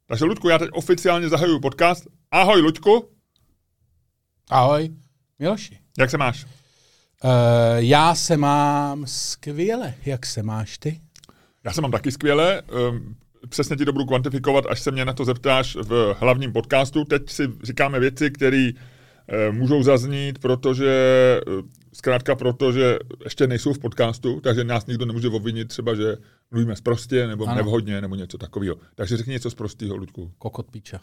Takže Luďku, já teď oficiálně zahajuju podcast. Ahoj, Luďku. Ahoj, Miloši. Jak se máš? Já se mám skvěle. Jak se máš ty? Já se mám taky skvěle. Přesně ti to budu kvantifikovat, až se mě na to zeptáš v hlavním podcastu. Teď si říkáme věci, které můžou zaznít, protože ještě nejsou v podcastu, takže nás nikdo nemůže obvinit třeba, že mluvíme sprostě nebo nevhodně nebo něco takového. Takže řekni něco sprostého, Luďku. Kokot píča.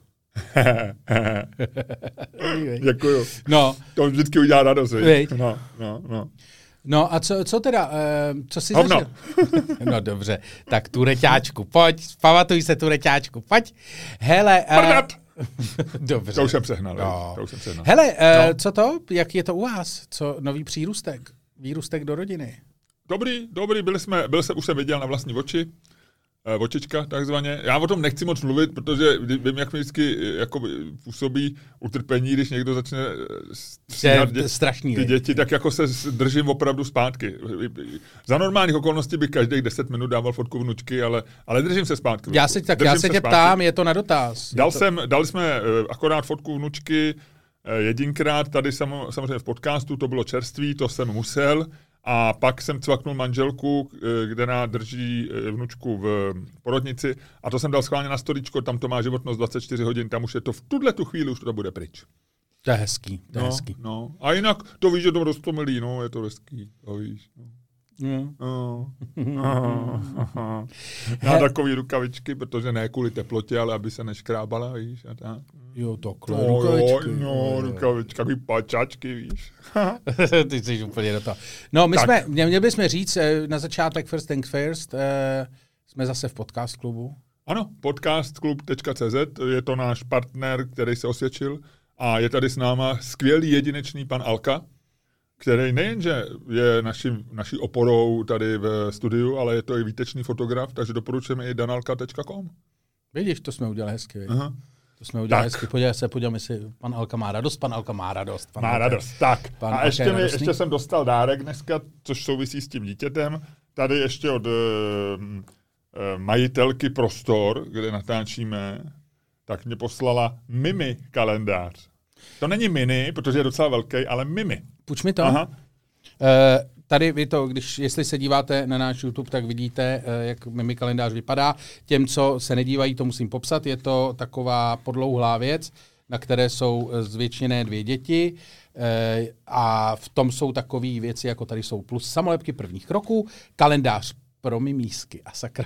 Děkuju. No. To vždycky udělá radost. No. No a co teda, co jsi Hovno. zažil? No dobře, tak tureťáčku, pojď, pamatuj se tureťáčku, pojď. Hele, dobře. To už jsem přehnal. No. To už jsem přehnal. Hele, co to, jak je to u vás? Co nový přírůstek? Výrůstek do rodiny? Dobrý, už jsem viděl na vlastní oči, očička takzvaně. Já o tom nechci moc mluvit, protože vím, jak mi vždycky jako působí utrpení, když někdo začne stříhat ty děti, tak jako se držím opravdu zpátky. Za normálních okolností bych každých 10 minut dával fotku vnučky, ale držím se zpátky. Já se tě ptám, je to na dotaz. Dali jsme akorát fotku vnučky jedinkrát, tady samozřejmě v podcastu, to bylo čerství, to jsem musel. A pak jsem cvaknul manželku, která drží vnučku v porodnici, a to jsem dal schválně na storičko, tam to má životnost 24 hodin, tam už je to v tu chvíli, už to bude pryč. To je hezký, hezký. No. A jinak to víš, že to roztomilý, no, je to hezký, to víš. Má takový rukavičky, protože ne kvůli teplotě, ale aby se neškrábala, víš, a tak. Jo, takhle rukavičky. Rukavičky, takový pačačky, víš. Ty jsi úplně do toho. No, měli bychom říct, na začátek First Things First, jsme zase v podcast klubu. Ano, podcastklub.cz, je to náš partner, který se osvědčil, a je tady s náma skvělý jedinečný pan Alka, který nejenže je naší oporou tady v studiu, ale je to i výtečný fotograf, takže doporučujeme i danalka.com. Vidíš, to jsme udělali hezky. To jsme udělali hezky. Podíváme si, pan Alka má radost. Má radost, tak. A ještě jsem dostal dárek dneska, což souvisí s tím dítětem. Tady ještě od majitelky Prostor, kde natáčíme, tak mě poslala Mimi kalendář. To není mini, protože je docela velký, ale Mimi. Půjč mi to. Aha. Tady vy to, jestli se díváte na náš YouTube, tak vidíte, jak Mimi kalendář vypadá. Těm, co se nedívají, to musím popsat. Je to taková podlouhlá věc, na které jsou zvětšené 2 děti, a v tom jsou takové věci, jako tady jsou plus samolepky prvních kroků, kalendář pro mimísky a sakra.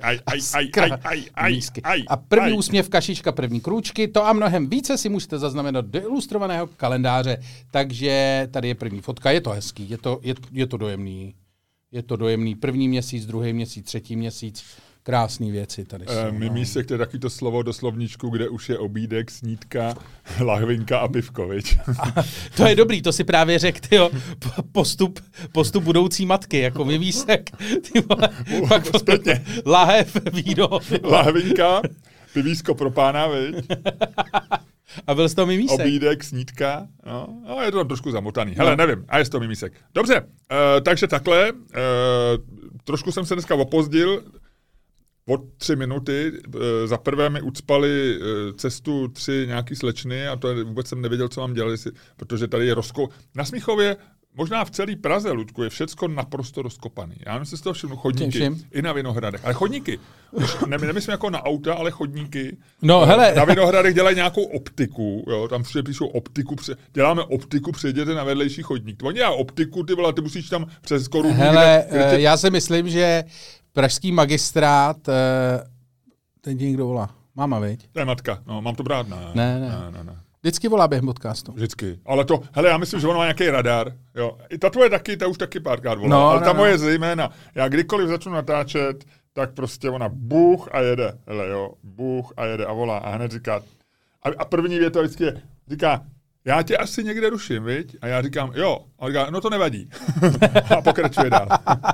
A první úsměv, kašička, první krůčky, to a mnohem více si můžete zaznamenat do ilustrovaného kalendáře. Takže tady je první fotka, je to hezký, je to dojemný. Je to dojemný. První měsíc, druhý měsíc, třetí měsíc. Krásný věci tady jsou. Mimísek, to je takový to slovo do slovníčku, kde už je obídek, snídka, lahvinka a pivko, viď? To je dobrý, to si právě řekl, tyjo, postup budoucí matky, jako mimísek. Ty vole, zpětně. Lahev, víno. Lahvinka, pivísko pro pána, viď? A byl z toho mimísek. Obídek, snídka, no, je to tam trošku zamotaný. Hele, nevím, a je z toho mimísek. Dobře, takže takhle, trošku jsem se dneska opozdil, od 3 minuty. Za prvé mi ucpali cestu 3 nějaký slečny a to vůbec jsem nevěděl, co mám dělat, protože tady je na Smíchově, možná v celé Praze, Ludku, je všecko naprosto rozkopaný. Já nevím, si z toho všimnu, chodníky i na Vinohradech. Ale chodníky. Nemyslím jako na auta, ale chodníky. No, hele. Na Vinohradech dělají nějakou optiku, jo, tam všude píšou optiku, děláme optiku, přejděte na vedlejší chodník. Oni dělají optiku, ty vole, ty musíš tam přes korunu. Hele, já si myslím, že pražský magistrát, teď někdo volá. Máma, viď? To je matka, no, mám to brát, ne. Vždycky volá během podcastu. Vždycky. Ale to, hele, já myslím, že ono má nějaký radar. Jo. I ta tvoje taky, ta už taky párkrát volá. No, ale ta moje zejména. Já kdykoliv začnu natáčet, tak prostě ona bůh a jede. Hele, jo, bůh a jede a volá. A hned říká, a první věta vždycky je, říká, já tě asi někde ruším, viď? A já říkám, jo. A říká, no to nevadí. A pokračuje dál.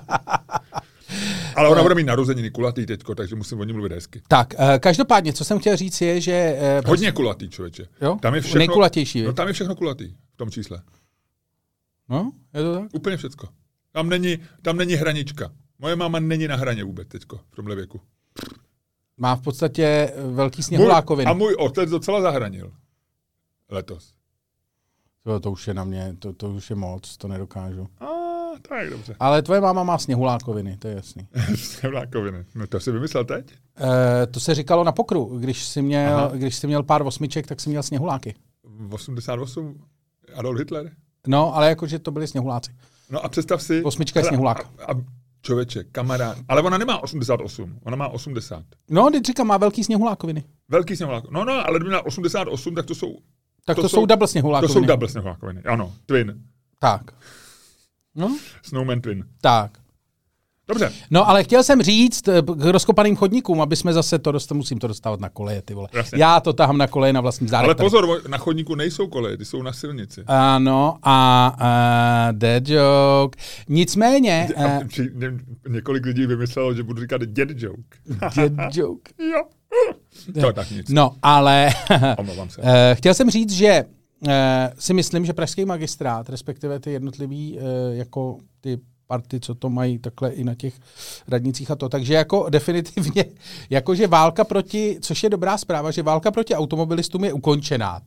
Ale ona bude mít narozeniny kulatý teďko, takže musím o ní mluvit hezky. Tak, každopádně, co jsem chtěl říct je, že... Hodně kulatý, člověče. Jo? Tam je všechno, nejkulatější. No tam je všechno kulatý v tom čísle. No, je to tak? Úplně všecko. Tam není hranička. Moje máma není na hraně vůbec teďko v tomhle věku. Má v podstatě velký sněhulákoviny. A můj otec docela zahranil letos. To už je na mě, to už je moc, to nedokážu. Tak dobře. Ale tvoje máma má sněhulákoviny, to je jasný. Sněhulákoviny, no to si vymyslel teď? To se říkalo na pokru, když jsi měl pár osmiček, tak jsi měl sněhuláky. 88 Adolf Hitler? No, ale jakože to byli sněhuláci. No a představ si... Osmička je sněhulák. A člověče, kamarád. Ale ona nemá 88, ona má 80. No, teď říkám, má velký sněhulákoviny. Velký sněhulák. No, ale kdyby měla 88, tak to jsou... Tak to jsou double sněhulákoviny. To jsou double sněhulákoviny, ano, twin. Tak. No? Snowman twin. Tak. Dobře. No, ale chtěl jsem říct k rozkopaným chodníkům, aby jsme zase musím to dostávat na koleje, ty vole. Jasně. Já to tahám na koleje na vlastní zádech. Ale pozor, na chodníku nejsou koleje, ty jsou na silnici. Ano, dead joke. Nicméně... Několik lidí vymyslelo, že budu říkat dead joke. Dead joke. Jo. To tak nic. No, ale... Omlouvám se. Chtěl jsem říct, že si myslím, že pražský magistrát, respektive ty jednotlivý jako ty party, co to mají takhle i na těch radnicích a to. Takže jako definitivně, jakože válka proti, což je dobrá zpráva, že válka proti automobilistům je ukončená.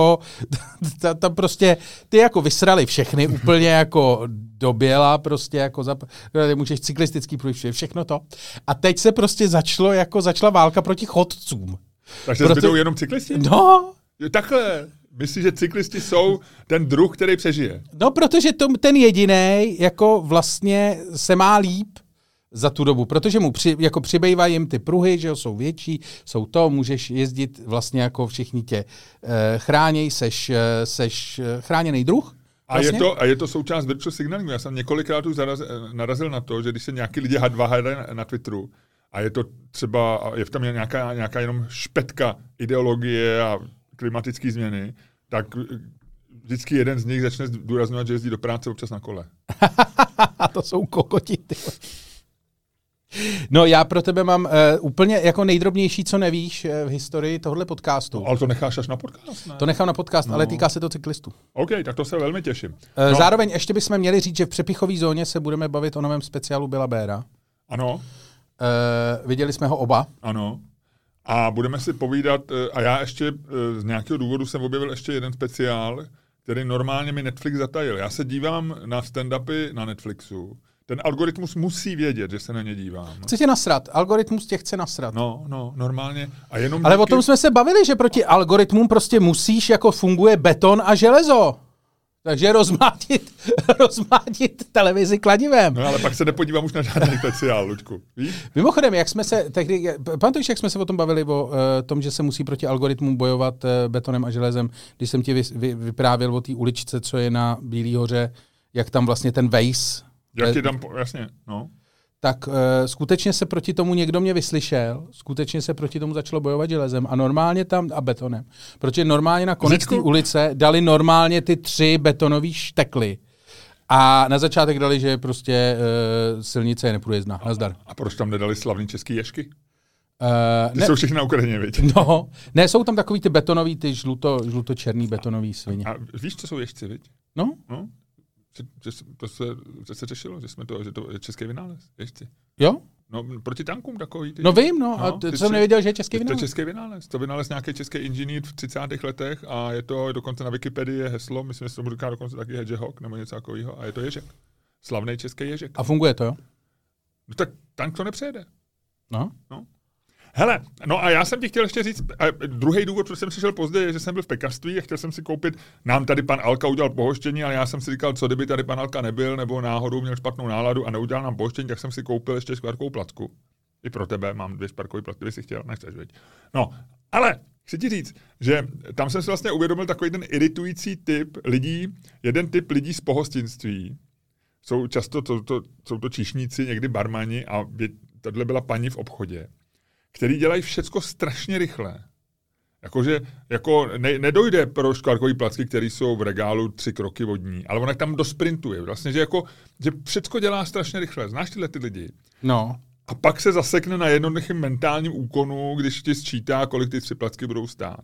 Ta prostě, ty jako vysrali všechny úplně jako doběla, prostě jako můžeš cyklistický průjezd, všechno to. A teď se prostě začala válka proti chodcům. Takže zbydou jenom cyklisti? No. Takhle. Myslíš, že cyklisti jsou ten druh, který přežije? No, protože ten jedinej jako vlastně se má líp za tu dobu, protože mu přibývají jim ty pruhy, že jo, jsou větší, můžeš jezdit vlastně jako všichni tě chráněj, seš chráněný druh. Vlastně? A je to součást virtual signalingu. Já jsem několikrát už narazil na to, že když se nějaký lidi hádají na Twitteru a je to třeba, je tam nějaká jenom špetka ideologie a klimatické změny, tak vždycky jeden z nich začne zdůrazňovat, že jezdí do práce občas na kole. To jsou kokoti, ty. No já pro tebe mám úplně jako nejdrobnější, co nevíš v historii tohohle podcastu. No, ale to necháš až na podcast, ne? To nechám na podcast, ale týká se to cyklistů. OK, tak to se velmi těším. Zároveň ještě bychom měli říct, že v přepichové zóně se budeme bavit o novém speciálu Billa Beara. Ano. Viděli jsme ho oba. Ano. A budeme si povídat, a já ještě z nějakého důvodu jsem objevil ještě jeden speciál, který normálně mi Netflix zatajil. Já se dívám na stand-upy na Netflixu. Ten algoritmus musí vědět, že se na ně dívám. Chce tě nasrat. Algoritmus tě chce nasrat. No, normálně. A jenom ale o tom jsme se bavili, že proti algoritmům prostě musíš, jako funguje beton a železo. Takže rozmátit televizi kladivem. No ale pak se nepodívám už na žádný speciál, Luďku. Víš? Mimochodem, jak jsme se tehdy, pamatuješ, jak jsme se o tom bavili, o tom, že se musí proti algoritmům bojovat betonem a železem, když jsem ti vyprávěl o té uličce, co je na Bílý hoře, jak tam vlastně ten Waze. Jak je tam, jasně, no. Tak skutečně se proti tomu někdo mě vyslyšel, skutečně se proti tomu začalo bojovat železem a normálně tam a betonem. Protože normálně na konec té ulice dali normálně ty 3 betonové štekly. A na začátek dali, že prostě silnice je neprůjezdná. Nazdar. A proč tam nedali slavný český ježky? Ty jsou všechny na Ukrajině, viď? No, ne, jsou tam takový ty betonový, ty žluto-černý betonový svině. A víš, co jsou ježci, viď? No. Že se řešilo, že to je český vynález, ježci. Jo? No, proti tankům takový. No vím, no, a jsem nevěděl, že je český vynález. To je český vynález. To vynález nějaký český inženýr v 30. letech a je to dokonce na Wikipedii je heslo, myslím, že se tomu říká dokonce taky hedgehog nebo něco takového a je to ježek. Slavný český ježek. A funguje to, jo? No, tak tank to nepřejede. No. Hele, no a já jsem ti chtěl ještě říct, druhý důvod, proč jsem přišel později, je, že jsem byl v pekařství a chtěl jsem si koupit, nám tady pan Alka udělal pohoštění, ale já jsem si říkal, co kdyby tady pan Alka nebyl, nebo náhodou měl špatnou náladu a neudělal nám pohoštění, tak jsem si koupil ještě škvarkovou placku. I pro tebe mám 2 škvarkové placky, kdyby si chtěl, nechceš, viď? No, ale chci ti říct, že tam jsem si vlastně uvědomil takový ten iritující typ lidí, jeden typ lidí z pohostinství. Jsou často, jsou to číšníci, někdy barmani a tahle byla paní v obchodě, který dělají všecko strašně rychle. Jakože nedojde pro škvarkový placky, které jsou v regálu 3 kroky od ní, ale ona tam dosprintuje. Vlastně, že všecko dělá strašně rychle. Znáš tyhle ty lidi? No. A pak se zasekne na jednoduchém mentálním úkonu, když ti sčítá, kolik ty 3 placky budou stát.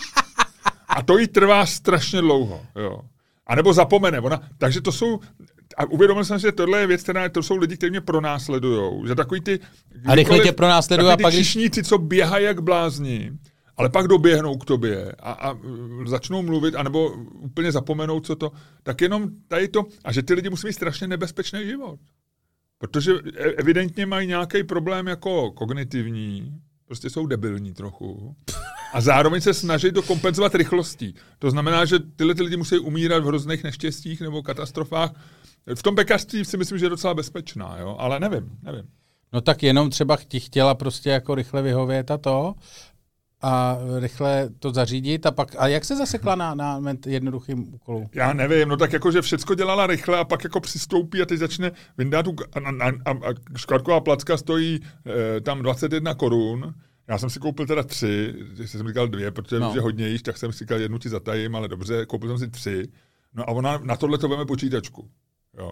A to jí trvá strašně dlouho. Jo. A nebo zapomene. Takže to jsou... A uvědomil jsem si, že tohle je věc, to jsou lidi, kteří mě pronásledujou. Že takový ty... A rychle tě pronásledují a pak... Křišníci, co běhají jak blázni, ale pak doběhnou k tobě a začnou mluvit, anebo úplně zapomenou, co to... Tak jenom tady to... A že ty lidi musí mít strašně nebezpečný život. Protože evidentně mají nějaký problém jako kognitivní, prostě jsou debilní trochu. A zároveň se snaží to kompenzovat rychlostí. To znamená, že tyhle lidi musí umírat v hrozných neštěstích nebo katastrofách. V tom pekařství si myslím, že je docela bezpečná, jo? Ale nevím. No tak jenom třeba chtěla prostě jako rychle vyhovět a rychle to zařídit a jak se zasekla na jednoduchým úkolu? Já nevím, no tak jako, že všecko dělala rychle a pak jako přistoupí a teď začne vyndat a škvarková placka stojí tam 21 korun. Já jsem si koupil teda 3, jsem říkal 2, protože že hodně jíš, tak jsem si říkal 1 ti zatajím, ale dobře, koupil jsem si 3. No a ona na tohle to veme počítačku. Jo.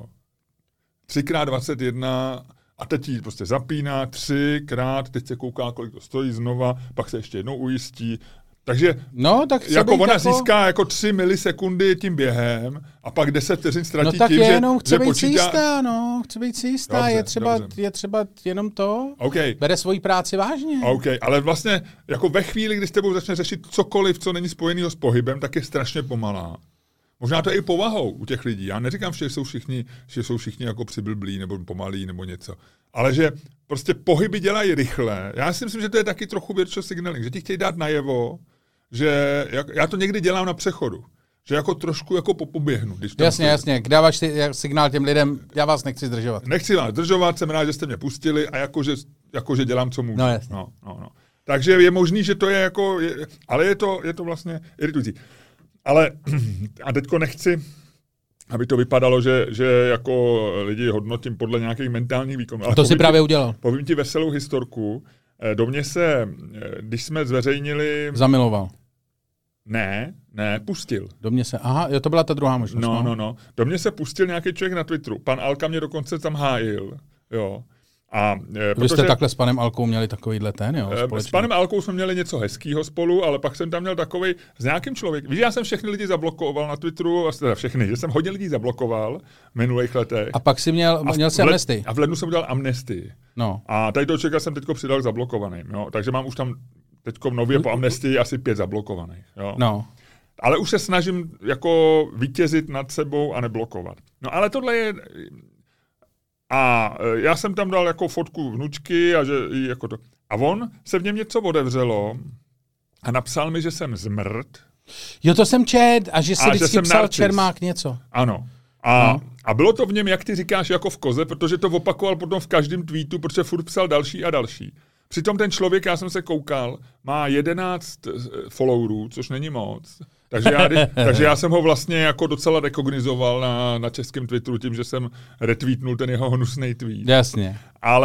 3x21 a teď ji prostě zapíná 3x, teď se kouká, kolik to stojí znova, pak se ještě jednou ujistí. Takže tak jako ona získá jako 3 milisekundy tím během a pak 10 vteřin ztratí tím, že počítá... Chce být si jistá, dobře. Je třeba jenom to, bere svoji práci vážně. Ale vlastně jako ve chvíli, kdy s tebou začne řešit cokoliv, co není spojeného s pohybem, tak je strašně pomalá. Možná to je i povahou u těch lidí. Já neříkám, že jsou všichni jako přiblblí nebo pomalí nebo něco. Ale že prostě pohyby dělají rychle. Já si myslím, že to je taky trochu virtual signaling, že ti chtějí dát najevo, že já to někdy dělám na přechodu. Že jako trošku jako poběhnu. Když jasně. Dáváš signál těm lidem, já vás nechci zdržovat. Nechci vás zdržovat, jsem rád, že jste mě pustili a jakože dělám, co můžu. No, jasně. No. Takže je možný, že to je jako, ale je to vlastně iritující. Ale a teďko nechci, aby to vypadalo, že jako lidi hodnotím podle nějakých mentálních výkonů. Ale to si právě udělal. Povím ti veselou historku. Do mě se, když jsme zveřejnili... Zamiloval. Ne, pustil. Do mě se, to byla ta druhá možnost. No. Do mě se pustil nějaký člověk na Twitteru. Pan Alka mě dokonce tam hájil. Jo. Vy jste takhle s panem Alkou měli takovýhle s panem Alkou jsme měli něco hezkýho spolu, ale pak jsem tam měl takovej s nějakým člověkem. Víš, já jsem všechny lidi zablokoval na Twitteru, že jsem hodně lidí zablokoval v minulých letech. A pak si měl si amnestii. A v lednu jsem udělal amnestii. No. A tady toho člověka jsem teďko přidal k zablokovaným. Jo? Takže mám už tam teďko nově po amnestii asi 5 zablokovaných. Jo? No. Ale už se snažím jako vítězit nad sebou a neblokovat. No ale tohle je... A já jsem tam dal jako fotku vnučky a že jako to. A on se v něm něco otevřelo a napsal mi, že jsem zmrt. Jo, to jsem čet a že si vždycky psal narcis. Čermák něco. Ano. A bylo to v něm, jak ty říkáš, jako v koze, protože to opakoval potom v každém tweetu, protože furt psal další a další. Přitom ten člověk, já jsem se koukal, má 11 followerů, což není moc. Takže já jsem ho vlastně jako docela rekognizoval na českém Twitteru tím, že jsem retweetnul ten jeho hnusný tweet. Jasně.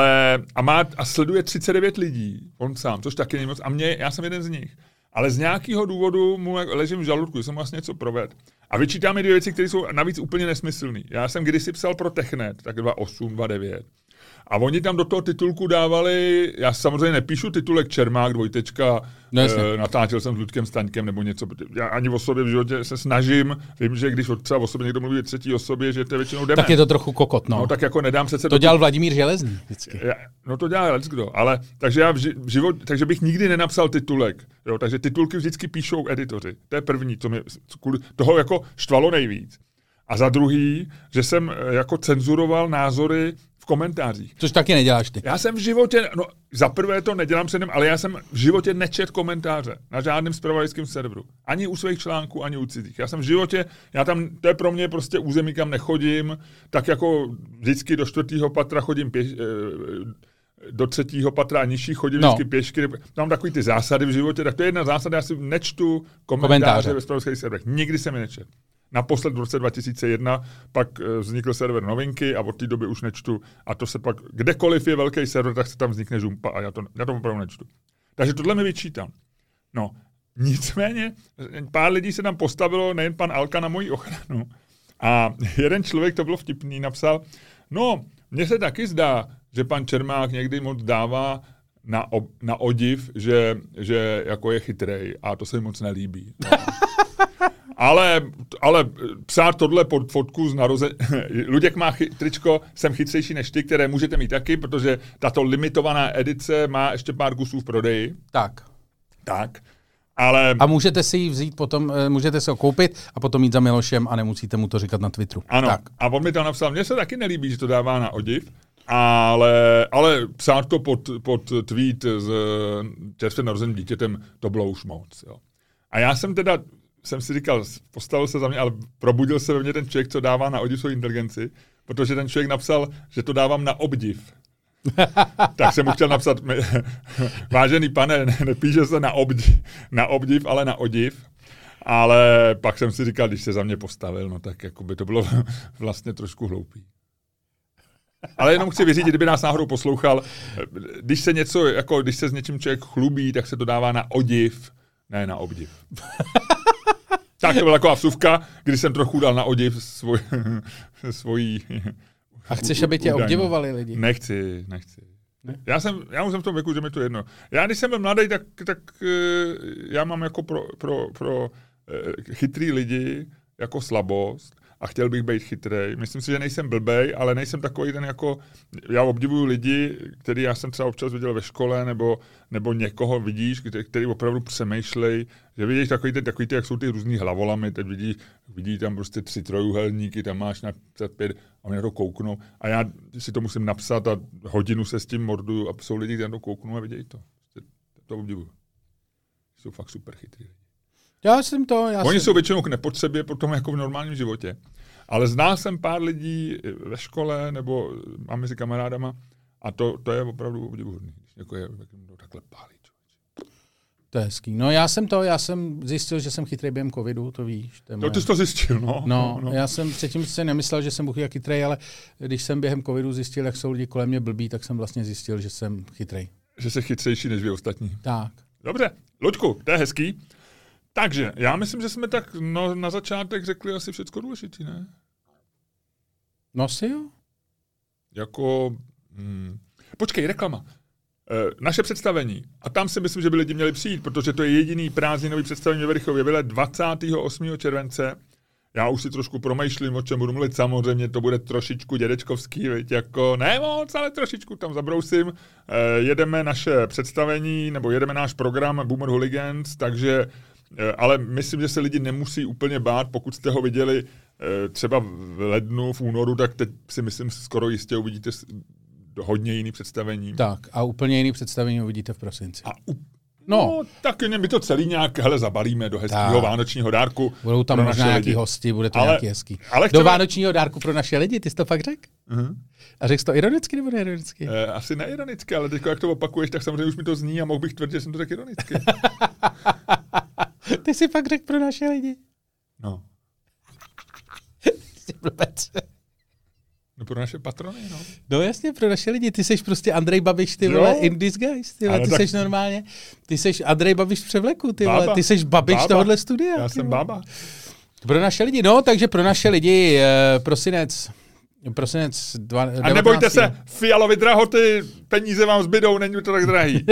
A sleduje 39 lidí, on sám, což taky není moc. A já jsem jeden z nich. Ale z nějakého důvodu mu ležím v žaludku, že jsem vlastně něco provedl. A vyčítá mi 2 věci, které jsou navíc úplně nesmyslné. Já jsem kdysi psal pro Technet, tak 2008, 2009. A oni tam do toho titulku dávali, já samozřejmě nepíšu titulek Čermák, natáčel jsem s Ludkem Staňkem nebo něco, já ani o sobě v životě se snažím, vím, že když třeba o sobě někdo mluví v třetí osobě, že to je většinou dement. Tak je to trochu kokot, no. Tak jako nedám přece... To dělal Vladimír Železný vždycky. To dělal leckdo, ale takže já takže bych nikdy nenapsal titulek, jo, takže titulky vždycky píšou editoři. To je první, co mě toho jako štvalo nejvíc. A za druhý, že jsem jako cenzuroval názory v komentářích. Což taky neděláš ty. Já jsem v životě, za prvé to nedělám předem, ale já jsem v životě nečet komentáře na žádném zpravodajském serveru. Ani u svých článků, ani u cizích. Já jsem v životě, to je pro mě prostě území, kam nechodím, tak jako vždycky do 4. patra chodím do 3. patra a nižší chodím vždycky pěšky. Mám takový ty zásady v životě, tak to je jedna zásada, já si nečtu komentáře ve zpravodajských serverech. Nikdy jsem je nečet. Naposled v roce 2001 pak vznikl server Novinky a od té doby už nečtu. A to se pak, kdekoliv je velký server, tak se tam vznikne žumpa a já to opravdu nečtu. Takže tohle mi vyčítám. No, nicméně, pár lidí se tam postavilo, nejen pan Alka, na moji ochranu. A jeden člověk, to bylo vtipný, napsal, mně se taky zdá, že pan Čermák někdy moc dává na odiv, že jako je chytrej a to se mi moc nelíbí. No. Ale psát tohle pod fotku z narození. Luděk má tričko, jsem chytřejší než ty, které můžete mít taky, protože tato limitovaná edice má ještě pár kusů v prodeji. Tak. Ale... A můžete si ji vzít potom, můžete si ho koupit a potom jít za Milošem a nemusíte mu to říkat na Twitteru. Ano. Tak. A on mi tam napsal, mně se taky nelíbí, že to dává na odiv, ale psát to pod tweet s čerstvě narozeným dítětem, to bylo už moc. Jo. A já jsem si říkal, postavil se za mě, ale probudil se ve mně ten člověk, co dává na odiv svou inteligenci, protože ten člověk napsal, že to dávám na obdiv. Tak jsem mu chtěl napsat, vážený pane, nepíše se na obdiv, ale na odiv. Ale pak jsem si říkal, když se za mě postavil, no tak jako by to bylo vlastně trošku hloupý. Ale jenom chci vyřídit, kdyby nás náhodou poslouchal, když se s něčím člověk chlubí, tak se to dává na odiv, ne na obdiv. Tak to byla taková vsuvka, když jsem trochu dal na odiv svojí... A chceš, aby tě obdivovali lidi? Nechci. Ne? Já jsem v tom věku, že mi to jedno. Já, když jsem byl mladý, tak já mám jako pro chytrý lidi jako slabost a chtěl bych být chytrej. Myslím si, že nejsem blbej, ale nejsem takový ten jako... Já obdivuju lidi, který já jsem třeba občas viděl ve škole, nebo někoho vidíš, který opravdu přemýšlej, že vidíš takový ty, jak jsou ty různý hlavolamy, teď vidí tam prostě 3 trojuhelníky, tam máš na 5 a oni na to kouknou. A já si to musím napsat a hodinu se s tím morduju a jsou lidi, kteří na to kouknou a vidějí to. To obdivuju. Jsou fakt super chytrý lidi. Oni jsou většinou k nepotřebě potom jako v normálním životě. Ale znal jsem pár lidí ve škole nebo mám mezi kamarádama a to je opravdu obdivuhodný. Jako je takhle pálí. To je hezký. No já jsem zjistil, že jsem chytrý během covidu, to víš. Ty jsi to zjistil, no. Já jsem předtím si nemyslel, že jsem budu chytrý, ale když jsem během covidu zjistil, jak jsou lidi kolem mě blbí, tak jsem vlastně zjistil, že jsem chytrý. Že jsi chytřejší než vy ostatní. Tak. Dobře, Luďku, to je hezký. Takže, já myslím, že jsme tak na začátek řekli asi všecko důležitý, ne? No si jo. Jako... Počkej, reklama. Naše představení. A tam si myslím, že by lidi měli přijít, protože to je jediný prázdninový představení ve Verichově Vile 28. července. Já už si trošku promýšlím, o čem budu mluvit. Samozřejmě to bude trošičku dědečkovský, jako ne moc, ale trošičku tam zabrousím. Jedeme naše představení, nebo jedeme náš program Boomer Hooligans, takže ale myslím, že se lidi nemusí úplně bát, pokud jste ho viděli třeba v lednu, v únoru, tak teď si myslím skoro jistě uvidíte hodně jiný představení. Tak a úplně jiný představení uvidíte v prosinci. No, tak my to celý nějak zabalíme do hezkého vánočního dárku. Budou tam možná nějaký hosti, bude to nějaký hezký. Do vánočního dárku pro naše lidi, ty jsi to fakt řekl? Uh-huh. A řekl jsi to ironicky nebo neironicky? Asi neironicky, ale teď jak to opakuješ, tak samozřejmě už mi to zní a mohl bych tvrdit, že jsem to řekl ironicky. Ty jsi fakt řekl pro naše lidi. No. Jsi blbec. No pro naše patrony, no. No jasně, pro naše lidi. Ty seš prostě Andrej Babiš, ty vole, in disguise, ty vole. Ty seš normálně, ty seš Andrej Babiš v převleku, ty vole. Ty seš Babiš tohohle studia. Já jsem bába. Pro naše lidi, no, takže pro naše lidi prosinec 19. A nebojte se, Fialovi drahoty, peníze vám zbydou, není to tak drahý.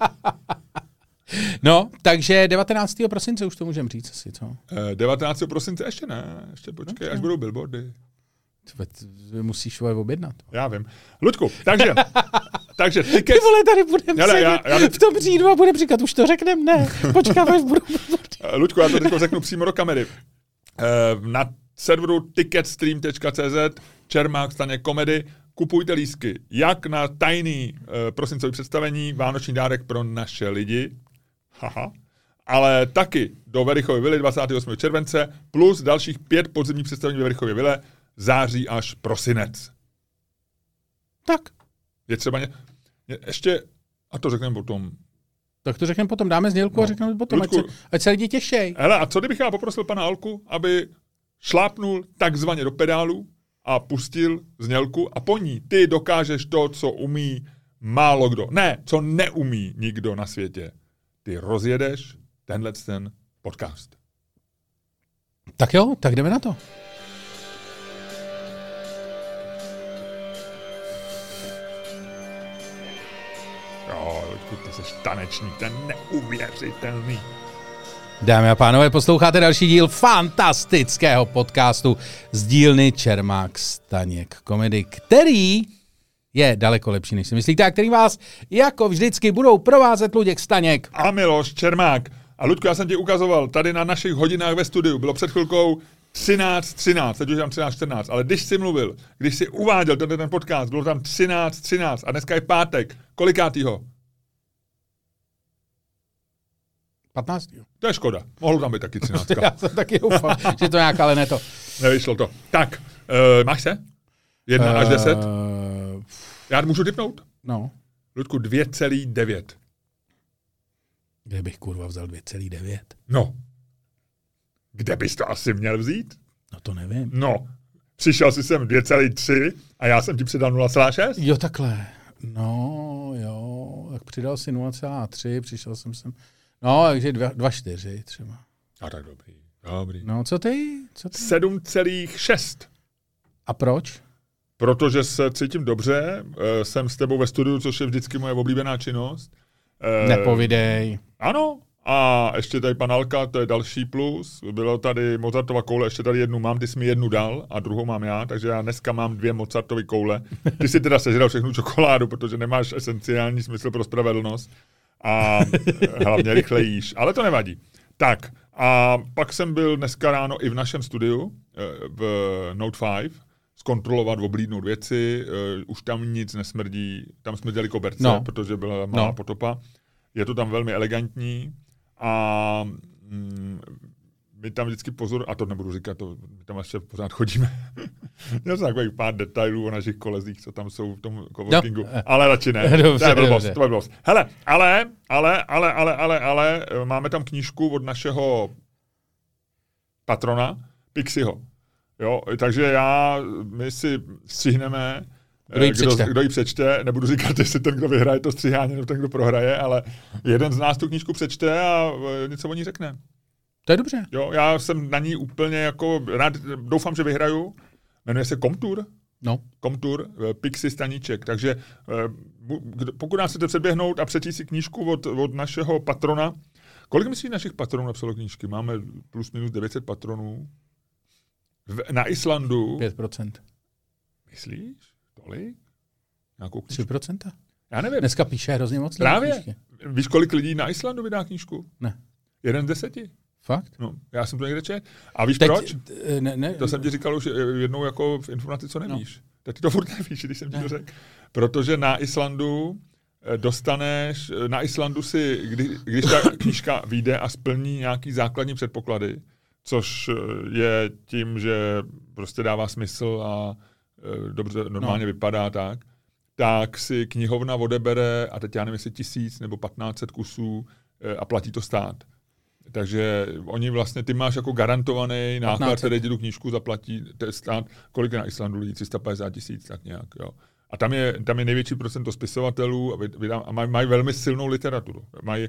No, takže 19. prosince už to můžeme říct asi, co? 19. prosince ještě ne, ještě počkej, až budou billboardy. Musíš objednat. Já vím. Luďku, takže tickets... Ty vole, tady budeme v tom říjnu a budeme říkat, už to řekneme, ne, počkáme, až budu... Luďku, já to teď řeknu přímo do kamery. Na serveru ticketstream.cz Čermák Staněk Komedy kupujte lístky jak na tajný prosincový představení Vánoční dárek pro naše lidi, ale taky do Verichovy Vily 28. července plus dalších 5 podzimních představení ve Verichově Vile září až prosinec. Tak. Je třeba ještě, a to řekneme potom. Tak to řekneme potom, dáme znělku a řekneme potom, ať se lidi těšej. Hele, a co kdybych já poprosil pana Alku, aby šlápnul takzvaně do pedálu a pustil znělku a po ní ty dokážeš to, co umí málo kdo. Ne, co neumí nikdo na světě. Ty rozjedeš ten podcast. Tak jo, tak jdeme na to. Jo, ty jsi tanečník, ten neuvěřitelný. Dámy a pánové, posloucháte další díl fantastického podcastu z dílny Čermák Staněk Komedy, který je daleko lepší, než si myslíte, a který vás jako vždycky budou provázet Luděk Staněk a Miloš Čermák. A Luďku, já jsem ti ukazoval, tady na našich hodinách ve studiu bylo před chvilkou 13:13, teď už tam 13:14, ale když jsi mluvil, když jsi uváděl ten podcast, bylo tam 13:13 a dneska je pátek. Kolikátýho? 15. To je škoda. Mohlo tam být taky 13. Já jsem taky doufal, že to nějak, ale ne to. Nevyšlo to. Tak, máš se? 1 až 10? Já můžu tipnout? No. Ludku, 2,9. Kde bych kurva vzal 2,9? No. Kde bys to asi měl vzít? No to nevím. No. Přišel jsi sem 2,3 a já jsem ti přidal 0,6? Jo, takhle. No, jo. Tak přidal si 0,3, přišel jsem sem. No, takže 2,4 třeba. A tak dobrý. Dobrý. No, co ty? 7,6. A proč? Protože se cítím dobře, jsem s tebou ve studiu, což je vždycky moje oblíbená činnost. Nepovidej. Ano, a ještě tady panelka, to je další plus. Bylo tady Mozartova koule, ještě tady jednu mám, ty jsi mi jednu dal a druhou mám já, takže já dneska mám 2 Mozartovy koule. Ty si teda sežral všechnu čokoládu, protože nemáš esenciální smysl pro spravedlnost a hlavně rychle jíš, ale to nevadí. Tak, a pak jsem byl dneska ráno i v našem studiu v Note 5, zkontrolovat, oblídnout věci, už tam nic nesmrdí, tam smrděly koberce, protože byla malá potopa. Je to tam velmi elegantní a my tam vždycky pozor, a to nebudu říkat, my tam ještě pořád chodíme. Já jsem takových pár detailů o našich kolezích, co tam jsou v tom coworkingu, ale radši ne. Dobře, to je blbost. Hele, ale, máme tam knížku od našeho patrona, Pixieho. Jo, takže my si střihneme, kdo ji přečte, nebudu říkat, jestli ten, kdo vyhraje to stříhání, nebo ten, kdo prohraje, ale jeden z nás tu knížku přečte a něco o ní řekne. To je dobře. Jo, já jsem na ní úplně jako rád, doufám, že vyhraju. Jmenuje se Comtour. No. Comtour, Pixie Staníček. Takže pokud nás chcete předběhnout a přečíst si knížku od našeho patrona, kolik myslíš našich patronů napsalo knížky? Máme plus minus 900 patronů. Na Islandu... 5%. Myslíš? Tolik? Nějakou 3%? Já nevím. Dneska píše hrozně moc. Právě. Knížky. Víš, kolik lidí na Islandu vydá knížku? Ne. 1 z 10. Fakt? No, já jsem to někde četl. A víš proč? Ne. To jsem ti říkal už jednou jako v informaci, co nevíš. No. Tak ty to furt nevíš, když jsem ti to řekl. Protože na Islandu dostaneš, na Islandu si, když ta knížka vyjde a splní nějaký základní předpoklady, což je tím, že prostě dává smysl a dobře normálně vypadá tak si knihovna odebere, a teď já nevím, jestli 1000 nebo 1500 kusů a platí to stát. Takže oni vlastně, ty máš jako garantovaný náklad, který ti tu knížku zaplatí stát, kolik je na Islandu lidí, 350 000, tak nějak, jo. A tam je největší procento spisovatelů a mají velmi silnou literaturu.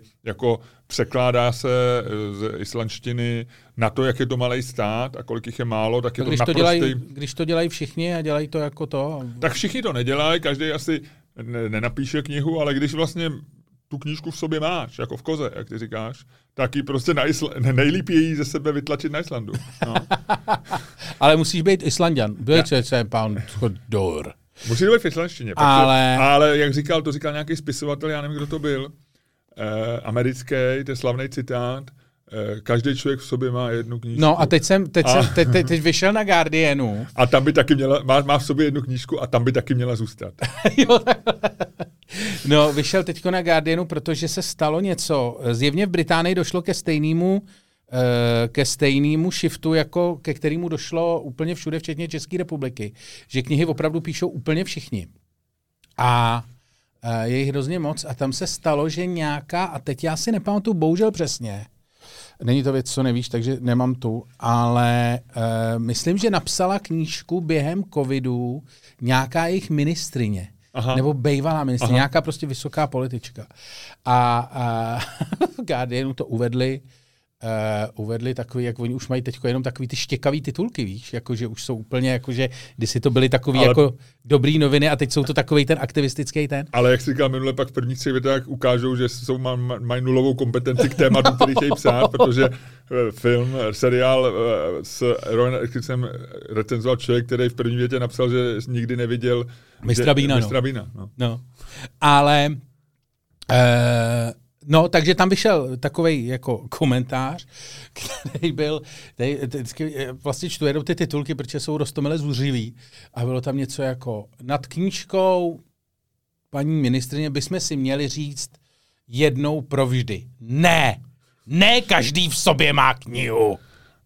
Překládá se z islandštiny na to, jak je to malej stát a kolik jich je málo, tak je to naprostý... Když to dělají všichni a dělají to jako to... Tak všichni to nedělají, každý asi nenapíše knihu, ale když vlastně tu knížku v sobě máš, jako v koze, jak ty říkáš, tak ji prostě nejlíp je jí ze sebe vytlačit na Islandu. No. Ale musíš být Islanďan. Pán Dor. Musí to být v islandštině. Ale jak říkal, to říkal nějaký spisovatel, já nevím, kdo to byl, americký, to je slavný citát, každý člověk v sobě má jednu knížku. No a teď vyšel na Guardianu. A tam by taky má v sobě jednu knížku a tam by taky měla zůstat. Jo, no, vyšel teďko na Guardianu, protože se stalo něco. Zjevně v Británii došlo ke stejnému shiftu, jako ke kterému došlo úplně všude, včetně České republiky. Že knihy opravdu píšou úplně všichni. A je jich hrozně moc. A tam se stalo, že nějaká, a teď já si nepamatuju bohužel přesně, není to věc, co nevíš, takže nemám tu, ale myslím, že napsala knížku během covidu nějaká jejich ministryně. Aha. Nebo bývalá ministryně, nějaká prostě vysoká politička. A v Guardianu to uvedli, uvedli takový, jak oni už mají teď jenom takový ty štěkavý titulky, víš, jakože už jsou úplně, jakože kdysi to byly takový jako dobrý noviny a teď jsou to takový ten aktivistický ten. Ale jak jsi říkal minule, pak v prvních 3 větách ukážou, že mají nulovou kompetenci k tématu, který chtějí psát, protože seriál s Rowan Atkinsonem recenzoval člověk, který v první větě napsal, že nikdy neviděl Mistra Beana. No. Ale takže tam vyšel takovej jako komentář, který byl, vlastně čtu jenom ty titulky, protože jsou roztomile zuřivý a bylo tam něco jako nad knížkou paní ministryně bychom si měli říct jednou provždy. Ne každý v sobě má knihu.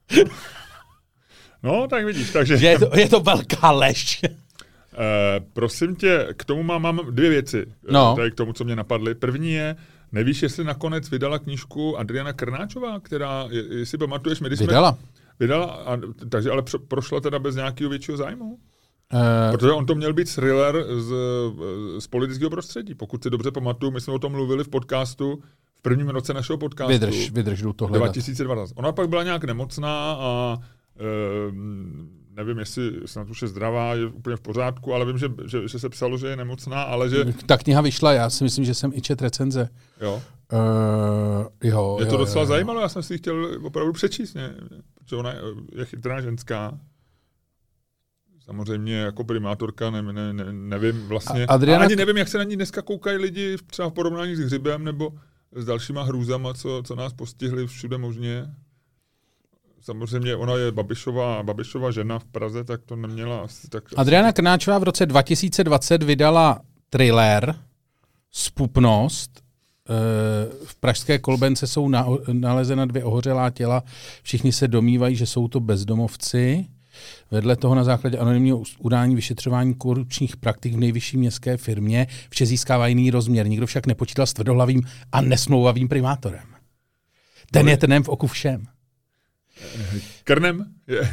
No, tak vidíš, takže... Je to velká lež. Prosím tě, k tomu mám 2 věci, tady k tomu, co mě napadly. První je, nevíš, jestli nakonec vydala knížku Adriana Krnáčová, která, jestli pamatuješ, Vydala, takže ale prošla teda bez nějakého většího zájmu? Protože on to měl být thriller z politického prostředí. Pokud si dobře pamatuju, my jsme o tom mluvili v podcastu, v prvním roce našeho podcastu. Vydrž, jdu tohle 2012. Ona pak byla nějak nemocná a nevím, jestli snad už je zdravá, je úplně v pořádku, ale vím, že se psalo, že je nemocná, ale že... Ta kniha vyšla, já si myslím, že jsem i čet recenze. Jo. Jo. Je to docela zajímavé, já jsem si ji chtěl opravdu přečíst, protože ona je chytrá ženská. Samozřejmě jako primátorka, nevím vlastně. Ani nevím, jak se na ní dneska koukají lidi třeba v porovnání s Hřibem nebo s dalšíma hrůzama, co nás postihly všude možně. Samozřejmě ona je Babišova žena v Praze, tak to neměla asi tak... Adriana Krnáčová v roce 2020 vydala thriller Zpupnost. V pražské Kolbence jsou nalezena 2 ohořelá těla. Všichni se domývají, že jsou to bezdomovci. Vedle toho na základě anonymního udání vyšetřování korupčních praktik v nejvyšší městské firmě vše získává jiný rozměr. Nikdo však nepočítal s tvrdohlavým a nesmlouvavým primátorem. Ten je trnem v oku všem. Krnem?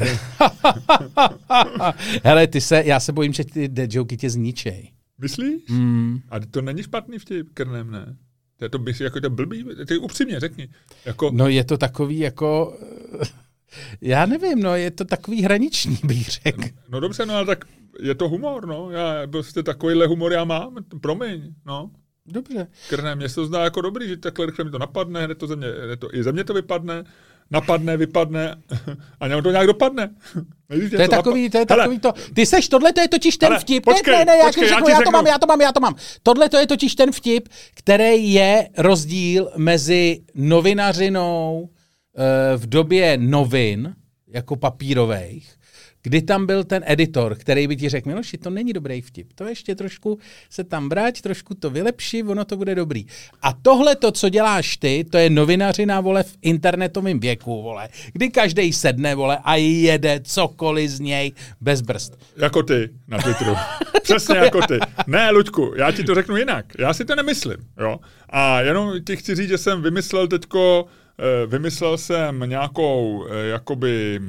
Hele, já se bojím, že ty dead joky tě zničej. Myslíš? A to není špatný vtip, krnem, ne? To by si jako to blbý, ty upřímně řekni. Jako... No je to takový jako... Já nevím, je to takový hraniční, bych řekl. No dobře, ale tak je to humor, já prostě takovýhle humor já mám, promiň, Dobře. Krnem, mně se to zdá jako dobrý, že takhle rychle mi to napadne, hned i ze mě to vypadne, napadne, vypadne a němu to nějak dopadne. To je takový to. Ty seš, tohle to je totiž ten vtip. Počkej, já to mám. Tohle to je totiž ten vtip, který je rozdíl mezi novinařinou v době novin, jako papírových, kdy tam byl ten editor, který by ti řekl, Miloši, to není dobrý vtip, to ještě trošku se tam vrať, trošku to vylepši, ono to bude dobrý. A tohle to, co děláš ty, to je novinařina, vole, v internetovém věku, vole, kdy každej sedne, vole, a jede cokoliv z něj bez brzd. Jako ty na Twitteru. Přesně jako ty. Ne, Luďku, já ti to řeknu jinak. Já si to nemyslím, jo. A jenom ti chci říct, že jsem vymyslel jsem nějakou, jakoby,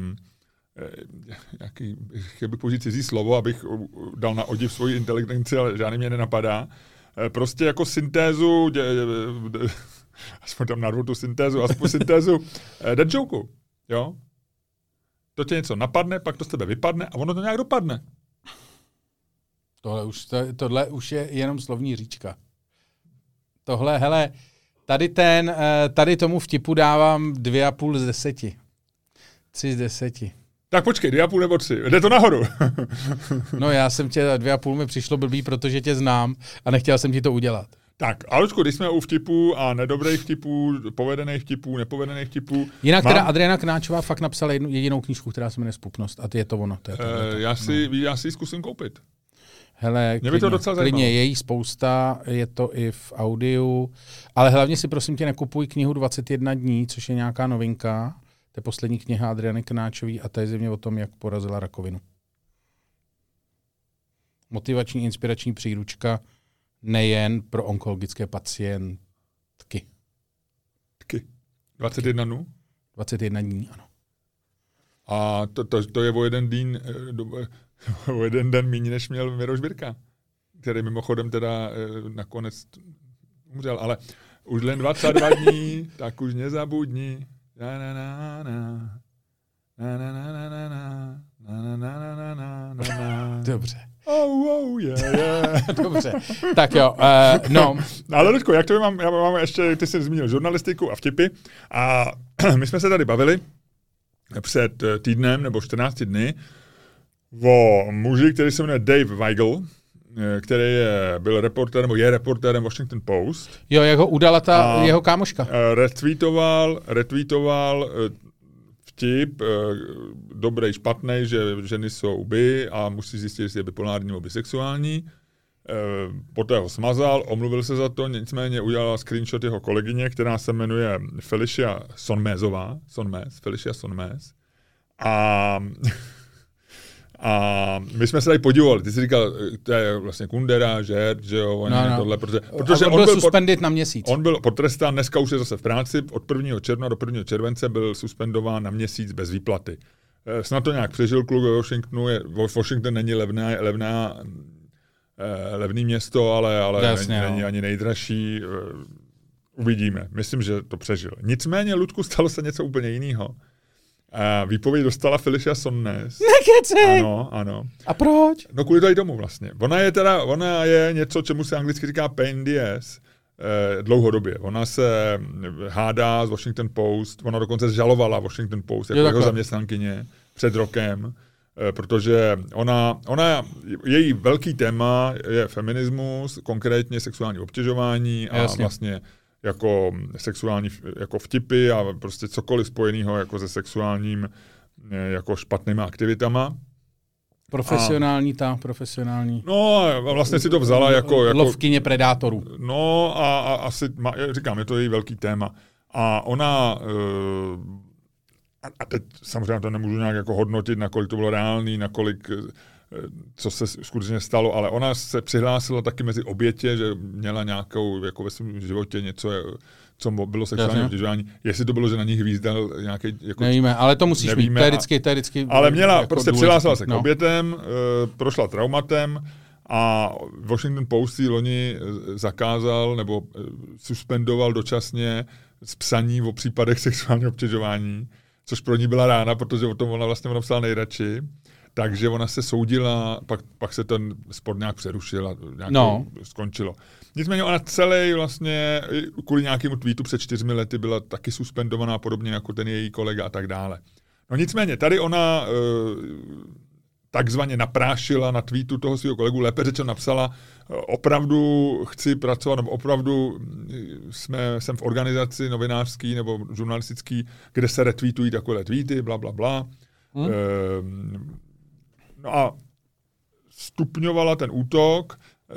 chtěl bych použít cizí slovo, abych dal na odiv svoji inteligenci, ale žádný mě nenapadá. Prostě jako syntézu, aspoň tam narvu tu syntézu, dead joke, jo? To tě něco napadne, pak to z tebe vypadne a ono to nějak dopadne. Tohle už je jenom slovní říčka. Tohle, hele, tady tomu vtipu dávám 2,5 z 10. 3 z 10. Tak počkej, 2,5 nebo 3. Jde to nahoru. No já jsem 2,5 mi přišlo blbý, protože tě znám a nechtěl jsem ti to udělat. Tak, Alečku, když jsme u vtipů a nedobrých vtipů, povedených vtipů, nepovedených vtipů... Jinak teda Adriana Krnáčová fakt napsala jedinou knížku, která se jmenuje Zpupnost. A je to ono. Já si ji zkusím koupit. Hele, mě by to docela zajímalo. Je jí spousta, je to i v audiu, ale hlavně si prosím tě nekupuj knihu 21 dní, což je nějaká novinka. To je poslední kniha Adriany Krnáčové a to je zjevně o tom, jak porazila rakovinu. Motivační, inspirační příručka nejen pro onkologické pacientky. 21 dnů? 21 dní, ano. A to je o jeden den méně, než měl Miroš Birka, který mimochodem teda nakonec umřel, ale už jen 22 dní, tak už nezabudni, Dobře. Oh, yeah. Dobře. Tak jo, no. Ale Ludku, jak to mám, já mám ještě, ty jsi zmínil žurnalistiku a vtipy a my jsme se tady bavili před týdnem nebo 14 dny o muži, který se jmenuje Dave Weigel, který byl reportér, nebo je reportérem Washington Post. Jo, jak ho udala ta jeho kámoška. Retweetoval vtip, dobrý, špatný, že ženy jsou bi a musí zjistit, jestli je bipolární nebo bisexuální. Poté ho smazal, omluvil se za to, nicméně udělala screenshot jeho kolegyně, která se jmenuje Felicia Sonmezová. Felicia Sonmez. A my jsme se tady podívali. Ty jsi říkal, to je vlastně Kundera, Žert, že jo, tohle, protože on byl suspendit na měsíc. On byl potrestán, dneska už je zase v práci, od 1. června do 1. července byl suspendován na měsíc bez výplaty. Snad to nějak přežil kluk ve Washingtonu, Washington není levný město, ale jasně, není ani nejdražší. Uvidíme. Myslím, že to přežil. Nicméně, Ludku, stalo se něco úplně jiného. Výpověď dostala Felicia Sonmez. Nekeci! Ano. A proč? No kvůli tady tomu vlastně. Ona je něco, čemu se anglicky říká pain in the ass, dlouhodobě. Ona se hádá z Washington Post, ona dokonce žalovala Washington Post jako jeho zaměstnankyně před rokem, protože její velký téma je feminismus, konkrétně sexuální obtěžování a vlastně jako sexuální jako vtipy a prostě cokoliv spojeného jako se sexuálním jako špatnýma aktivitama. Profesionální. No a vlastně si to vzala jako lovkyně predátorů. No a asi, říkám, je to její velký téma. A ona, a teď samozřejmě to nemůžu nějak jako hodnotit, nakolik to bylo reálný, nakolik co se skutečně stalo, ale ona se přihlásila taky mezi obětě, že měla nějakou jako ve svém životě něco, co bylo sexuální obtěžování. Jestli to bylo, že na ní hvízdal nějaký... Jako, nevíme, ale to musíš mít, to je vždycky ale měla, jako prostě přihlásila se k obětem, prošla traumatem a Washington Post loni zakázal nebo suspendoval dočasně z psaní o případech sexuálního obtěžování, což pro ní byla rána, protože o tom ona vlastně napsala nejradši. Takže ona se soudila, pak se ten spor nějak přerušil a nějak skončilo. Nicméně ona celý vlastně kvůli nějakému tweetu před 4 lety byla taky suspendovaná, podobně jako ten její kolega a tak dále. No nicméně, tady ona takzvaně naprášila na tweetu toho svého kolegu, lépe řečeno napsala, opravdu chci pracovat, nebo opravdu jsem v organizaci novinářský nebo žurnalistický, kde se retweetují takové tweety, blablabla. No a stupňovala ten útok,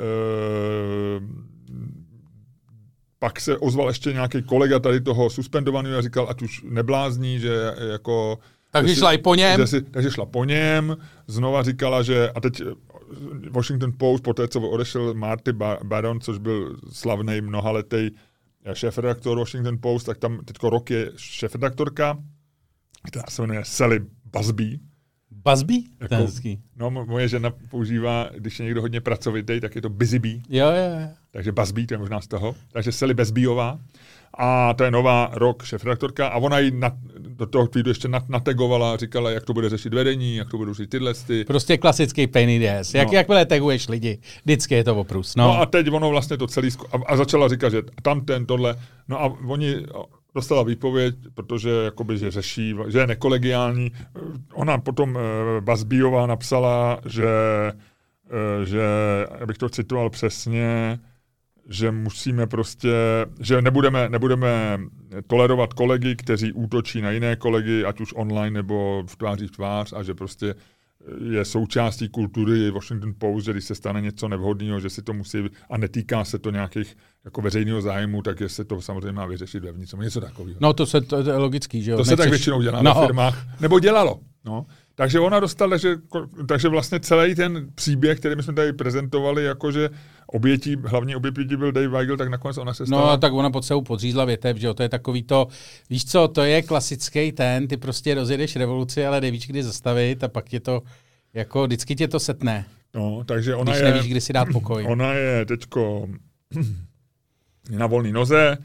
pak se ozval ještě nějaký kolega tady toho suspendovaného a říkal, ať už neblázní, že jako... Takže šla i po něm. Takže šla po něm, znova říkala, že... A teď Washington Post, poté co odešel Marty Baron, což byl slavný mnohaletý šéfredaktor Washington Post, tak tam teďko rok je šéfredaktorka, která se jmenuje Sally Busby. Busby? Jako, no, moje žena používá, když je někdo hodně pracovitý, tak je to Busy Bee. Jo. Takže Busby, to je možná z toho. Takže Sally Busbyová. A to je nová rok šéfredaktorka. A ona ji do toho tweetu ještě nategovala, říkala, jak to bude řešit vedení, jak to bude řešit tyhle. Prostě klasický pain in the ass. Jakmile taguješ lidi, vždycky je to oprus. No a teď ono vlastně to celý... A začala říkat, že tam tohle... No a oni... Dostala výpověď, protože jakoby, že řeší, že je nekolegiální. Ona potom Busbyová napsala, že, abych to citoval přesně, že musíme prostě, že nebudeme tolerovat kolegy, kteří útočí na jiné kolegy, ať už online nebo v tváří v tvář, a že prostě je součástí kultury Washington Post, že když se stane něco nevhodného, že si to musí, a netýká se to nějakých jako veřejného zájmu, tak se to samozřejmě má vyřešit vevnitř, něco takového. No to je logický, že jo. To se tak většinou dělá na firmách, nebo dělalo. No. Takže ona dostala, takže vlastně celý ten příběh, který my jsme tady prezentovali, jakože hlavní obětí byl Dave Weigel, tak nakonec ona se stala... No tak ona pod sebou podřízla větev, že jo, to je takový to, víš co, to je klasický ty prostě rozjedeš revoluci, ale nevíš, kdy zastavit a pak tě to, jako vždycky tě to setne. No, takže ona nevíš, kdy si dát pokoj. Ona je teďko na volný noze,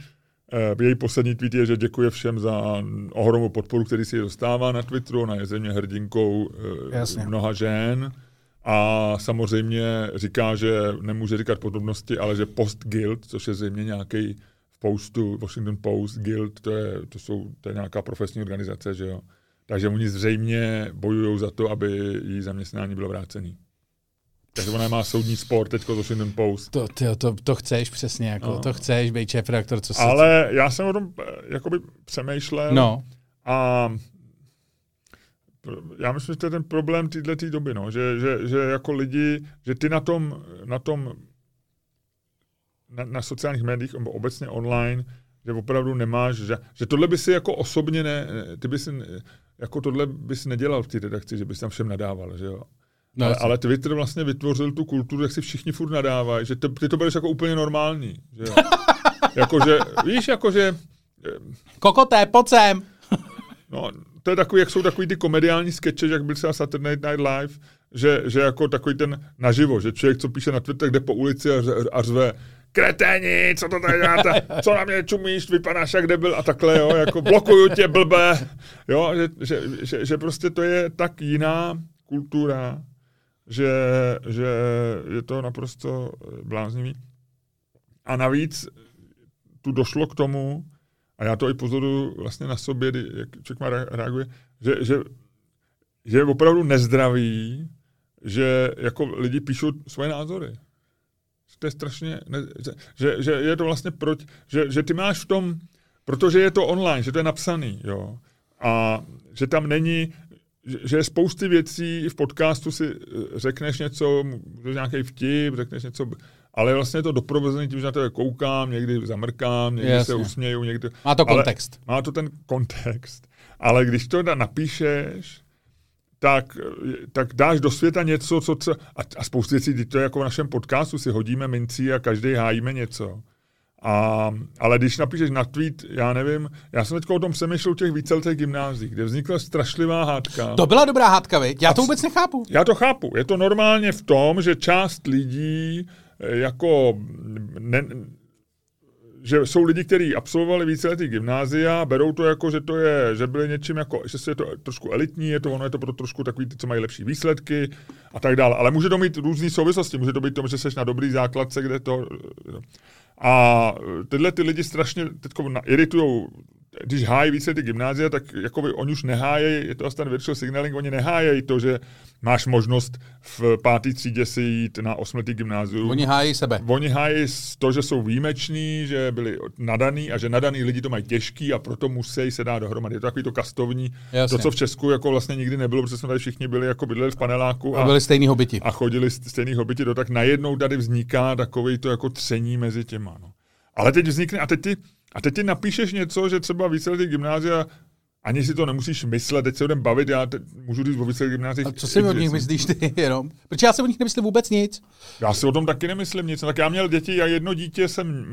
její poslední tweet je, že děkuje všem za ohromnou podporu, který si dostává na Twitteru, ona je země hrdinkou mnoha žen a samozřejmě říká, že nemůže říkat podrobnosti, ale že Post Guild, což je zřejmě nějaký v Postu, Washington Post Guild, to je nějaká profesní organizace, že jo. Takže oni zřejmě bojují za to, aby její zaměstnání bylo vrácený. Takže ona má soudní spor teďko z Washington Post. To chceš přesně, jako, to chceš, být šéfredaktor, co se... Ale já jsem o tom jakoby přemýšlel a já myslím, že to je ten problém této doby, no, že jako lidi, že ty na sociálních médiích, obecně online, že opravdu nemáš, že tohle by si jako osobně jako tohle bys nedělal v té redakci, že bys tam všem nadával, že jo. No, ale Twitter vlastně vytvořil tu kulturu, jak si všichni furt nadávají, že ty to budeš jako úplně normální. Že jo? Jakože, víš, jakože... Kokoté, pojď sem! No, to je takový, jak jsou takový ty komediální skeče, jak byl třeba Saturday Night Live, že jako takový ten naživo, že člověk, co píše na Twitter, jde po ulici a řve kreténi, co to tady děláte, co na mě čumíš, vypadáš jak debil a takhle, jo, jako blokuju tě, blbe, jo, že prostě to je tak jiná kultura, že je to naprosto bláznivý. A navíc tu došlo k tomu, a já to i pozoruju vlastně na sobě, jak člověk má reaguje, že je opravdu nezdravý, že jako lidi píšou svoje názory. To je strašně, že je to vlastně že ty máš v tom, protože je to online, že to je napsaný, jo, a že tam není, že je spousty věcí v podcastu si řekneš něco, můžeš nějaký vtip, řekneš něco, ale vlastně je to doprovozený tím, že na tebe koukám, někdy zamrkám, někdy se usměju, někdy... Má to kontext. Má to ten kontext. Ale když to napíšeš, tak dáš do světa něco, a spoustu věcí, to je jako v našem podcastu, si hodíme mincí a každý hájíme něco. Ale když napíšeš na tweet, já nevím, já jsem teďka o tom přemýšlel u těch víceletých gymnázií, kde vznikla strašlivá hádka. To byla dobrá hádka, viď? Já to vůbec nechápu. Já to chápu. Je to normálně v tom, že část lidí jako... že jsou lidi, kteří absolvovali víceletý gymnázia, berou to jako, že byli něčím jako, že je to trošku elitní, ono je to pro trošku takový, co mají lepší výsledky a tak dále. Ale může to mít různý souvislosti, může to být to, že jsi na dobrý základce, kde to... A tyhle ty lidi strašně teďko iritujou, když hájí víceletý gymnázia, tak jako oni už nehájejí, je to asi ten virtual signaling, oni nehájejí to, že máš možnost v 5. třídě si jít na 8letý gymnázium. Oni hájí sebe. Oni hájí to, že jsou výjimeční, že byli nadaný a že nadaný lidi to mají těžký a proto musí se dát dohromady. Je to takový to kastovní, to, co v Česku jako vlastně nikdy nebylo, protože jsme tady všichni byli jako bydleli v paneláku a byli stejný hobiti. A chodili stejný hobiti, tak najednou tady vzniká takový to jako tření mezi těma. No. Ale teď vznikne, a teď ty napíšeš něco, že třeba víceletý gymnázia, ani si to nemusíš myslet, teď se budeme bavit, já můžu říct o víceletých gymnáziích. A co si o nich myslíš ty jenom? Protože já si o nich nemyslím vůbec nic. Já si o tom taky nemyslím nic. Tak já měl děti a jedno dítě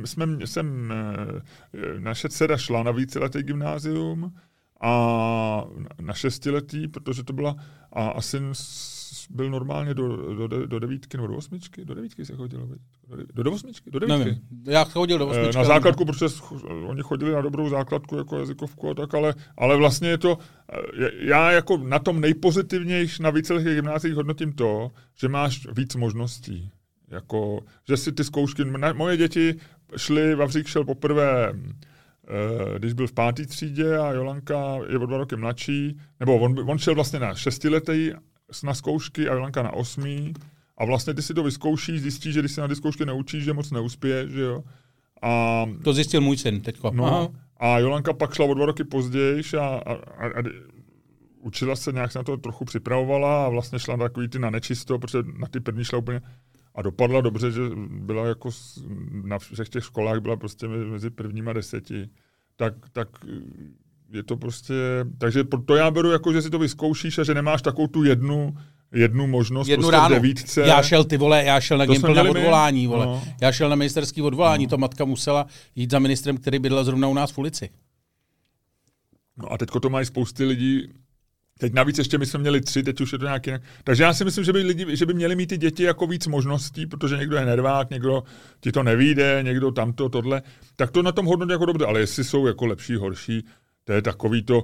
naše dcera šla na víceletý gymnázium a na 6letý, protože to byla, a syn byl normálně do 9 nebo do 8, do 9 se chodilo. Do 8? Do 9? Nevím, já chodil do 8. Na základku, protože oni chodili na dobrou základku jako jazykovku a tak, ale vlastně je to, já jako na tom nejpozitivnější na víceletých gymnáziích hodnotím to, že máš víc možností. Jako, že si ty zkoušky, moje děti Vavřík šel poprvé, když byl v 5. třídě a Jolanka je o 2 roky mladší, nebo on šel vlastně na 6letý na zkoušky a Jolanka na 8. A vlastně ty si to vyzkoušíš, zjistíš, že když se na ty zkoušky neučíš, že moc neuspěješ, že jo. A to zjistil můj syn teďko. No, a Jolanka pak šla o 2 roky později a učila se, nějak se na to trochu připravovala a vlastně šla takový ty na nečisto, protože na ty první šla úplně a dopadla dobře, že byla jako na všech těch školách byla prostě mezi 1. a 10. Tak je to prostě, takže to já beru jako, že si to vyzkoušíš a že nemáš takovou tu jednu možnost, jednu prostě ránu. 9. Já šel na Gimpl na odvolání, vole. No. Já šel na ministerský odvolání, to matka musela jít za ministrem, který bydlel zrovna u nás v ulici. No a teďko to mají spousty lidí Teď navíc ještě my jsme měli 3, teď už je to nějak jinak. Takže já si myslím, že by měli mít ty děti jako víc možností, protože někdo je nervák, někdo ti to nevyjde, někdo tamto, tohle. Tak to na tom hodnotí jako dobře, ale jestli jsou jako lepší, horší, to je takový to.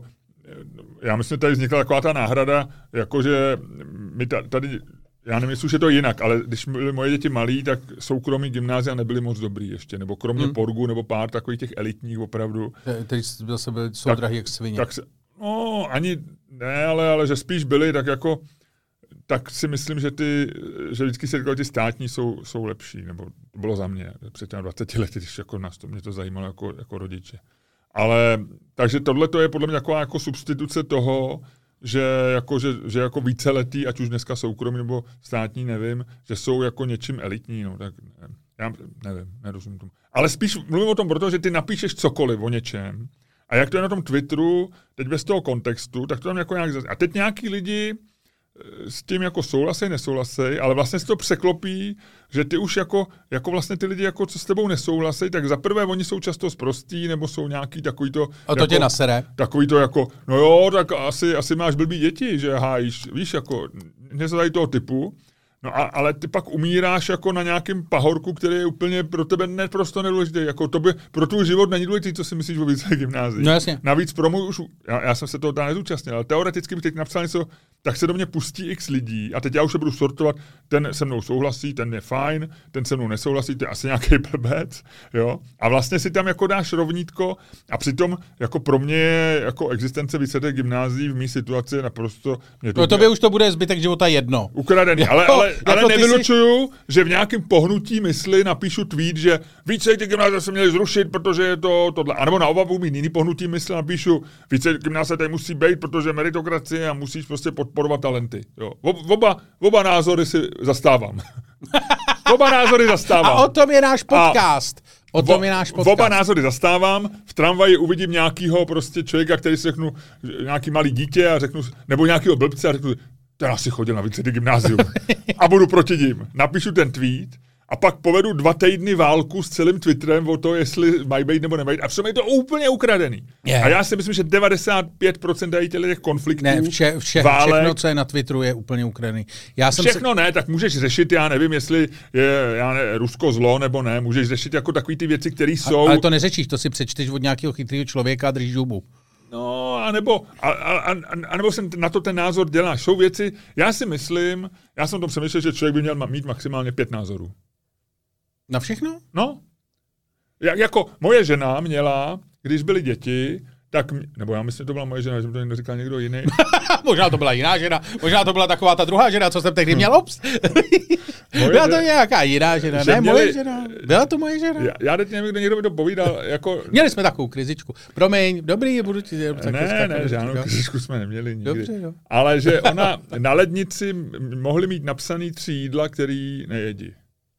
Já myslím, že tady vznikla taková ta náhrada, jakože my tady, já nevím, jestli už je to jinak, ale když byly moje děti malí, tak soukromí gymnázia nebyly moc dobrý ještě, nebo kromě Porgu, nebo pár takových těch elitních opravdu. Teď zase jsou drahý jak svině. No, ani ne, ale že spíš byli, tak jako, tak si myslím, že vždycky si říkali, ty státní jsou lepší, nebo to bylo za mě před těmi 20 lety, když jako mě to zajímalo jako rodiče. Ale, takže tohle to je podle mě taková jako substituce toho, že jako víceletý, ať už dneska soukromí nebo státní, nevím, že jsou jako něčím elitní, no, tak já nevím, nerozumím tomu. Ale spíš mluvím o tom, protože ty napíšeš cokoliv o něčem, a jak to je na tom Twitteru, teď bez toho kontextu, tak to tam jako nějak... A teď nějaký lidi s tím jako nesouhlasej, ale vlastně se to překlopí, že ty už jako vlastně ty lidi, jako co s tebou nesouhlasej, tak zaprvé oni jsou často sprostí, nebo jsou nějaký takový to... A to jako, tě nasere. Takový to jako, no jo, tak asi máš blbý děti, že hájíš, víš, jako něco tady toho typu. No ale ty pak umíráš jako na nějakém pahorku, který je úplně pro tebe neprosto nedůležitý. Jako pro tvůj život není důležitý, co si myslíš o více gymnázii. No jasně. Navíc pro můj už, já jsem se toho tam nezúčastnil, ale teoreticky bych teď napsal něco, tak se do mě pustí x lidí a teď já už se budu sortovat, ten se mnou souhlasí, ten je fajn, ten se mnou nesouhlasí, to je asi nějaký blbec, jo. A vlastně si tam jako dáš rovnítko a přitom jako pro mě je jako existence výsledek gymnázií v mý situaci naprosto... No tobě už to bude zbytek života jedno. Ukradený, ale nevylučuju, že v nějakém pohnutí mysli napíšu tweet, že více ty gymnázia se měly zrušit, protože je to tohle. A nebo naopak budu mít jiný pohnutí mysli, napíšu více gymnázia tady musí být, protože meritokracie a musíš prostě podporovat talenty. Jo. Oba názory si zastávám. Oba názory zastávám. A o tom je náš podcast. Oba názory zastávám, v tramvaji uvidím nějakýho prostě člověka, který si řeknu, nějaký malý dítě a řeknu, nebo nějakýho blbce a řeknu, ten asi chodil na více gymnázium. A budu proti ním. Napíšu ten tweet a pak povedu 2 týdny válku s celým Twitterem o to, jestli mají být nebo nemají. A v je to úplně ukradený. Yeah. A já si myslím, že 95% těch konfliktů, všechno, co je na Twitteru, je úplně ukradený. Ne, tak můžeš řešit, já nevím, jestli je Rusko zlo nebo ne, můžeš řešit jako takový ty věci, které jsou... Ale to neřečíš, to si přečteš od nějakého chytrého člověka a držíš hubu. No, anebo jsem na to ten názor děláš. Jsou věci, já si myslím, já jsem o tom přemýšlel, že člověk by měl mít maximálně 5 názorů. Na všechno? No. Jako moje žena měla, když byly děti, tak, nebo já myslím, že to byla moje žena, že mi to neříkal někdo jiný. Možná to byla jiná žena, možná to byla taková ta druhá žena, co jsem tehdy měl obs. Byla to nějaká jiná žena, ne moje žena. Byla to moje žena. Já teď nevím, kde někdo mi to povídal. Jako... Měli jsme takovou krizičku. Promiň, dobrý, budu ti... Ne, žádnou krizičku jsme neměli nikdy. Dobře, jo. Ale že ona na lednici mohli mít napsaný 3 jídla, který nejedí.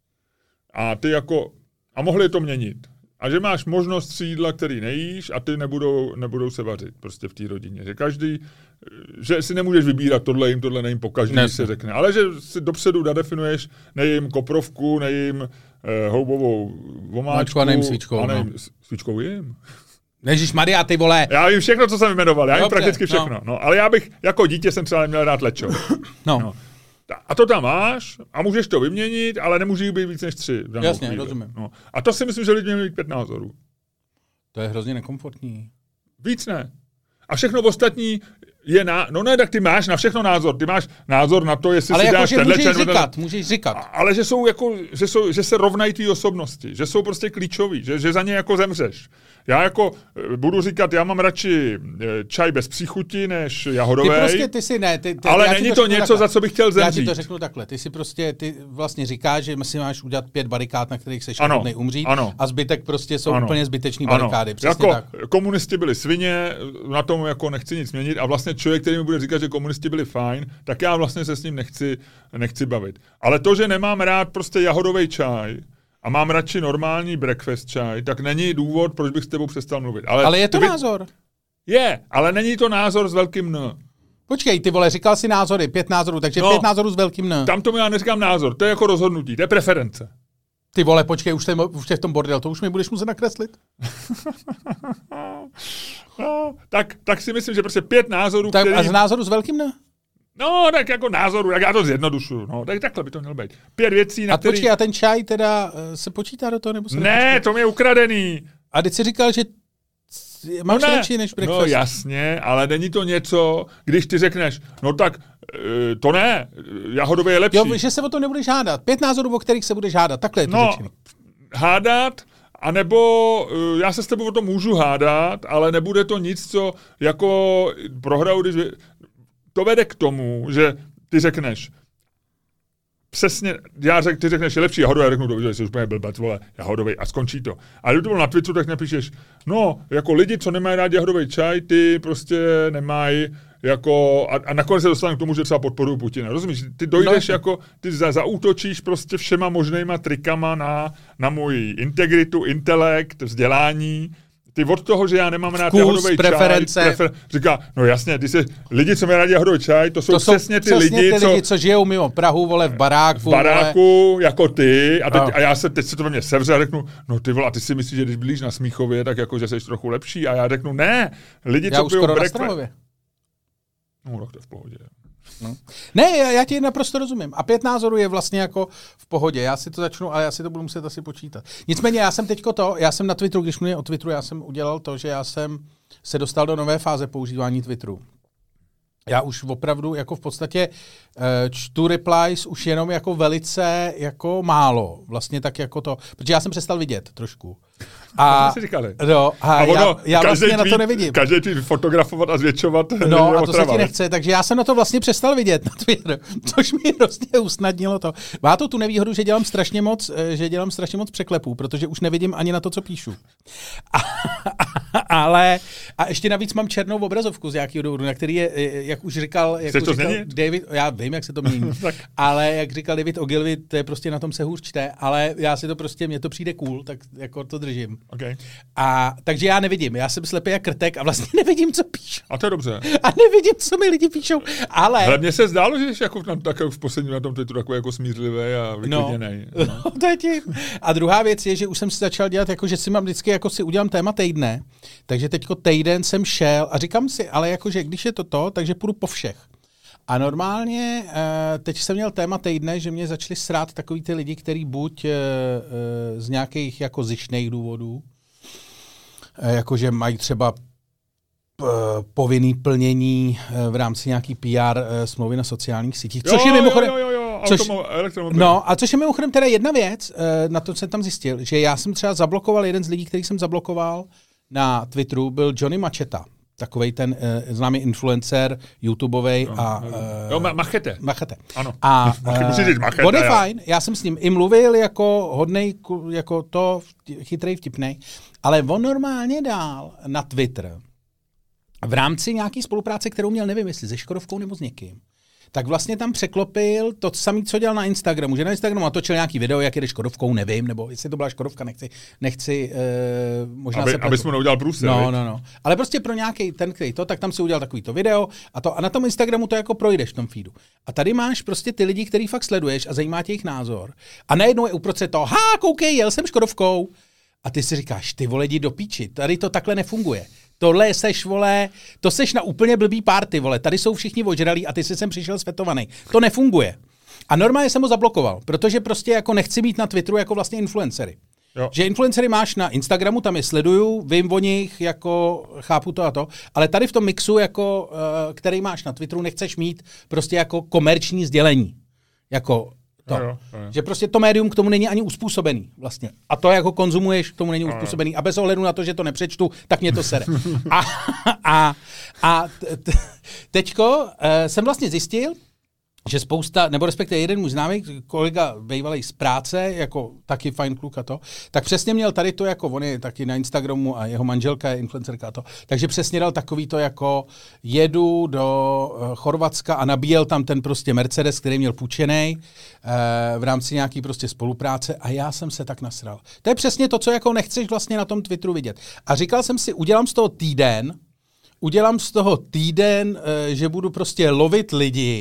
A ty jako... A mohli to měnit. A že máš možnost 3 jídla, který nejíš a ty nebudou se vařit prostě v té rodině. Že každý, že si nemůžeš vybírat tohle nejím po každý se řekne. Ale že si dopředu nadefinuješ, nejím koprovku, nejím houbovou vomáčku. A nejím svíčkou. A nejím, svíčkou jim. Ježišmarja, ty vole. Já vím všechno, co jsem jmenoval. Já vím prakticky všechno. No, ale já bych, jako dítě jsem třeba neměl rád lečo. No. A to tam máš a můžeš to vyměnit, ale nemůže být víc než 3. Jasně, chvíli. Rozumím. No. A to si myslím, že lidi měli mít 5 názorů. To je hrozně nekomfortní. Víc ne. A všechno ostatní je no ne, tak ty máš na všechno názor. Ty máš názor na to, jestli ale si jako, dáš tenhle můžeš říkat. Ale že jsou jako, že se rovnají tvý osobnosti, že jsou prostě klíčoví, že za ně jako zemřeš. Já jako budu říkat, já mám radši čaj bez příchuti než jahodovej. Ale není to něco, takhle. Za co bych chtěl zemřít. Já ti to řeknu takhle. Ty vlastně říkáš, že si máš udělat 5 barikád, na kterých seš hodnej umřít. Ano. A zbytek prostě jsou úplně zbytečný barikády. Přesně jako tak. Komunisti byli svině, na tom jako nechci nic měnit a vlastně člověk, který mi bude říkat, že komunisti byli fajn, tak já vlastně se s ním nechci bavit. Ale to, že nemám rád prostě jahodovej čaj, a mám radši normální breakfast čaj, tak není důvod, proč bych s tebou přestal mluvit. Ale je to názor. Je, ale není to názor s velkým N. Počkej, ty vole, říkal jsi názory, 5 názorů, takže 5 názorů s velkým N. Tam tomu já neříkám názor, to je jako rozhodnutí, to je preference. Ty vole, počkej, už je v tom bordel, to už mi budeš muset nakreslit? No, tak si myslím, že prostě 5 názorů, tak, a z názoru s velkým ne? No, tak jako názoru, jak já to zjednodušuju. No, tak takhle by to mělo být. 5 věcí, na který... Počkej, a ten čaj teda se počítá do toho, nebo se Ne, to mě je ukradený. A teď jsi říkal, že máš radši než breakfast. No jasně, ale není to něco, když ty řekneš, no tak to ne, jahodový je lepší. Jo, že se o to nebudeš hádat. 5 názorů, o kterých se budeš hádat. Takhle je to řečený. Hádat, anebo já se s tebou o tom můžu hádat, ale nebude to nic, co jako prohraju, když... To vede k tomu, že ty řekneš, přesně, ty řekneš, je lepší jahodový, já řeknu, že jsi úplně blbec, vole, jahodový a skončí to. A když to bylo na Twitteru, tak napíšeš, no, jako lidi, co nemají rádi jahodový čaj, ty prostě nemají, jako, a nakonec se dostaneme k tomu, že třeba podporují Putina. Rozumíš? Ty dojdeš jako, ty zaútočíš prostě všema možnýma trikama na můj integritu, intelekt, vzdělání. Ty od toho, že já nemám rád jahodový preference. čaj, říká, no jasně, lidi, co mají rádi jahodový čaj, to jsou přesně ty lidi, co žijou mimo Prahu, vole, v baráku. V baráku, vole. Jako ty, a já teď se to ve mně sevře a řeknu, no ty vole, a ty si myslíš, že když blíž na Smíchově, tak jako, že jsi trochu lepší, a já řeknu, ne, lidi, co pijou breakfast. No, tak to je v pohodě. No. Ne, já ti naprosto rozumím. A 5 názorů je vlastně jako v pohodě. Já si to začnu, ale já si to budu muset asi počítat. Nicméně já jsem na Twitteru, když mluvím o Twitteru, já jsem udělal to, že já jsem se dostal do nové fáze používání Twitteru. Já už opravdu jako v podstatě čtu replies už jenom jako velice jako málo. Vlastně tak jako to, protože já jsem přestal vidět trošku. A, no, a já vlastně na to nevidím. Každý tweet fotografovat a zvětšovat. No a to se ti nechce, takže já jsem na to vlastně přestal vidět na Twitter, což mi prostě usnadnilo to. Má to tu nevýhodu, že dělám strašně moc překlepů, protože už nevidím ani na to, co píšu. Ale ještě navíc mám černou obrazovku z nějakého důvodu, na který je, jak už říkal David, já vím, jak se to mění, ale jak říkal David Ogilvy, to je prostě na tom se hůř čte, ale já si to prostě, mně to přijde cool, tak jako to držím. Okay. A takže já nevidím, já jsem slepý jak krtek a vlastně nevidím, co píšu. A to je dobře. A nevidím, co mi lidi píšou, ale... Ale mně se zdálo, že jsi jako v posledním na tom Twitteru takový jako smířlivý a vyklidněnej. No, to je tím. A druhá věc je, že už jsem si začal dělat, jako, že si mám vždycky, jako si udělám téma týdne, takže teďko týden jsem šel a říkám si, ale jakože když je to, takže půjdu po všech. A normálně teď jsem měl téma týdne, že mě začali srát takový ty lidi, kteří buď z nějakých jako zištných důvodů, jakože mají třeba povinný plnění v rámci nějaký PR smlouvy na sociálních sítích. Což je mimochodem... Což je mimochodem teda jedna věc, na to jsem tam zjistil, že já jsem třeba zablokoval, jeden z lidí, který jsem zablokoval na Twitteru, byl Johnny Macheta. Takovej ten známý influencer, YouTubeovej a... Machete. Ano. A musí říct Machete. On je fajn, já jsem s ním i mluvil jako hodnej, jako to chytrej, vtipnej, ale on normálně dal na Twitter v rámci nějaký spolupráce, kterou měl, nevím, jestli se Škodovkou nebo s někým, tak vlastně tam překlopil to samé, co dělal na Instagramu. Že na Instagramu natočil nějaký video, jak jede Škodovkou, nevím, nebo jestli to byla Škodovka, nechci možná abys mu neudělal průser. No. Ale prostě pro nějaký ten, který tak tam si udělal takovýto video a na tom Instagramu to jako projdeš v tom feedu. A tady máš prostě ty lidi, který fakt sleduješ a zajímá tě jejich názor. A najednou je uprostřed toho, koukej, jel jsem Škodovkou. A ty si říkáš, ty vole, jdi do píči, tady to takhle nefunguje. Tohle seš, vole, to seš na úplně blbý party, vole, tady jsou všichni ožralí a ty jsi sem přišel svetovaný. To nefunguje. A normálně jsem ho zablokoval, protože prostě jako nechci mít na Twitteru jako vlastně influencery. Jo. Že influencery máš na Instagramu, tam je sleduju, vím o nich, jako chápu to a to, ale tady v tom mixu, jako, který máš na Twitteru, nechceš mít prostě jako komerční sdělení. Jako to. Jo. Že prostě to médium k tomu není ani uspůsobený vlastně. A to, jak ho konzumuješ, k tomu není uspůsobený. A bez ohledu na to, že to nepřečtu, tak mě to sere. Teďko jsem vlastně zjistil, že spousta, nebo respektive jeden můj známý kolega bývalý z práce, jako taky fajn kluk a to, tak přesně měl tady to, jako on je taky na Instagramu a jeho manželka je influencerka a to, takže přesně dal takový to, jako jedu do Chorvatska a nabíjel tam ten prostě Mercedes, který měl půjčenej v rámci nějaký prostě spolupráce a já jsem se tak nasral. To je přesně to, co jako nechceš vlastně na tom Twitteru vidět. A říkal jsem si, udělám z toho týden, že budu prostě lovit lidi,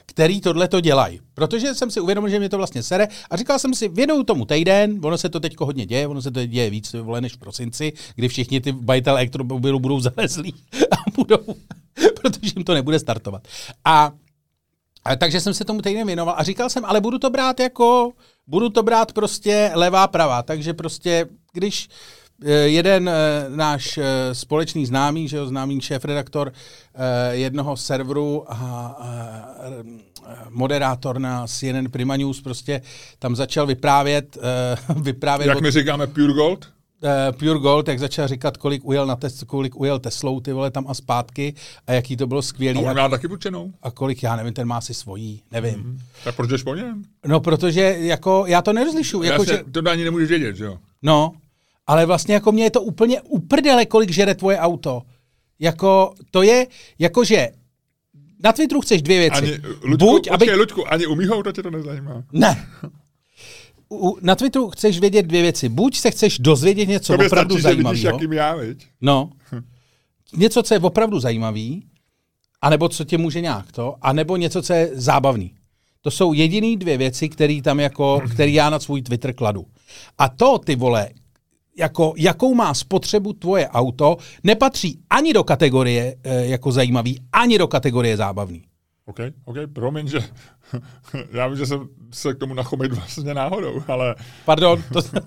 který tohle to dělají. Protože jsem si uvědomil, že mě to vlastně sere a říkal jsem si, věnuju tomu týden, ono se to teďko hodně děje, ono se to děje víc než v prosinci, kdy všichni ty majitelé elektromobilů budou zalezlí a budou, protože jim to nebude startovat. A takže jsem se tomu týden věnoval a říkal jsem, ale budu to brát prostě levá pravá, takže prostě, když jeden náš společný známý, že jo, známý šéfredaktor jednoho serveru a moderátor na CNN Prima News prostě tam začal vyprávět Jak my říkáme Pure Gold? Pure Gold, jak začal říkat, kolik ujel Teslou, ty vole, tam a zpátky a jaký to bylo skvělý. A on má taky půjčenou. A kolik, já nevím, ten má si svojí, nevím. Tak proč jdeš po něm? No, protože jako já to nerozlišuju. Jako, to ani nemůžeš vědět, že jo? No, ale vlastně jako mě je to úplně uprdele, kolik žere tvoje auto. Jako, to je, jakože na Twitteru chceš dvě věci. Luďku, ani u mýho auta tě to nezajímá. Ne. Na Twitteru chceš vědět dvě věci. Buď se chceš dozvědět něco opravdu zajímavého. Vidíš, jakým já, viď? No. Něco, co je opravdu zajímavý, anebo co tě může nějak to, anebo něco, co je zábavný. To jsou jediný dvě věci, který já na svůj Twitter kladu. A to, ty vole, jakou má spotřebu tvoje auto, nepatří ani do kategorie jako zajímavý, ani do kategorie zábavný. OK, promiň, že já vím, že jsem se k tomu nachomit vlastně náhodou, ale... Pardon.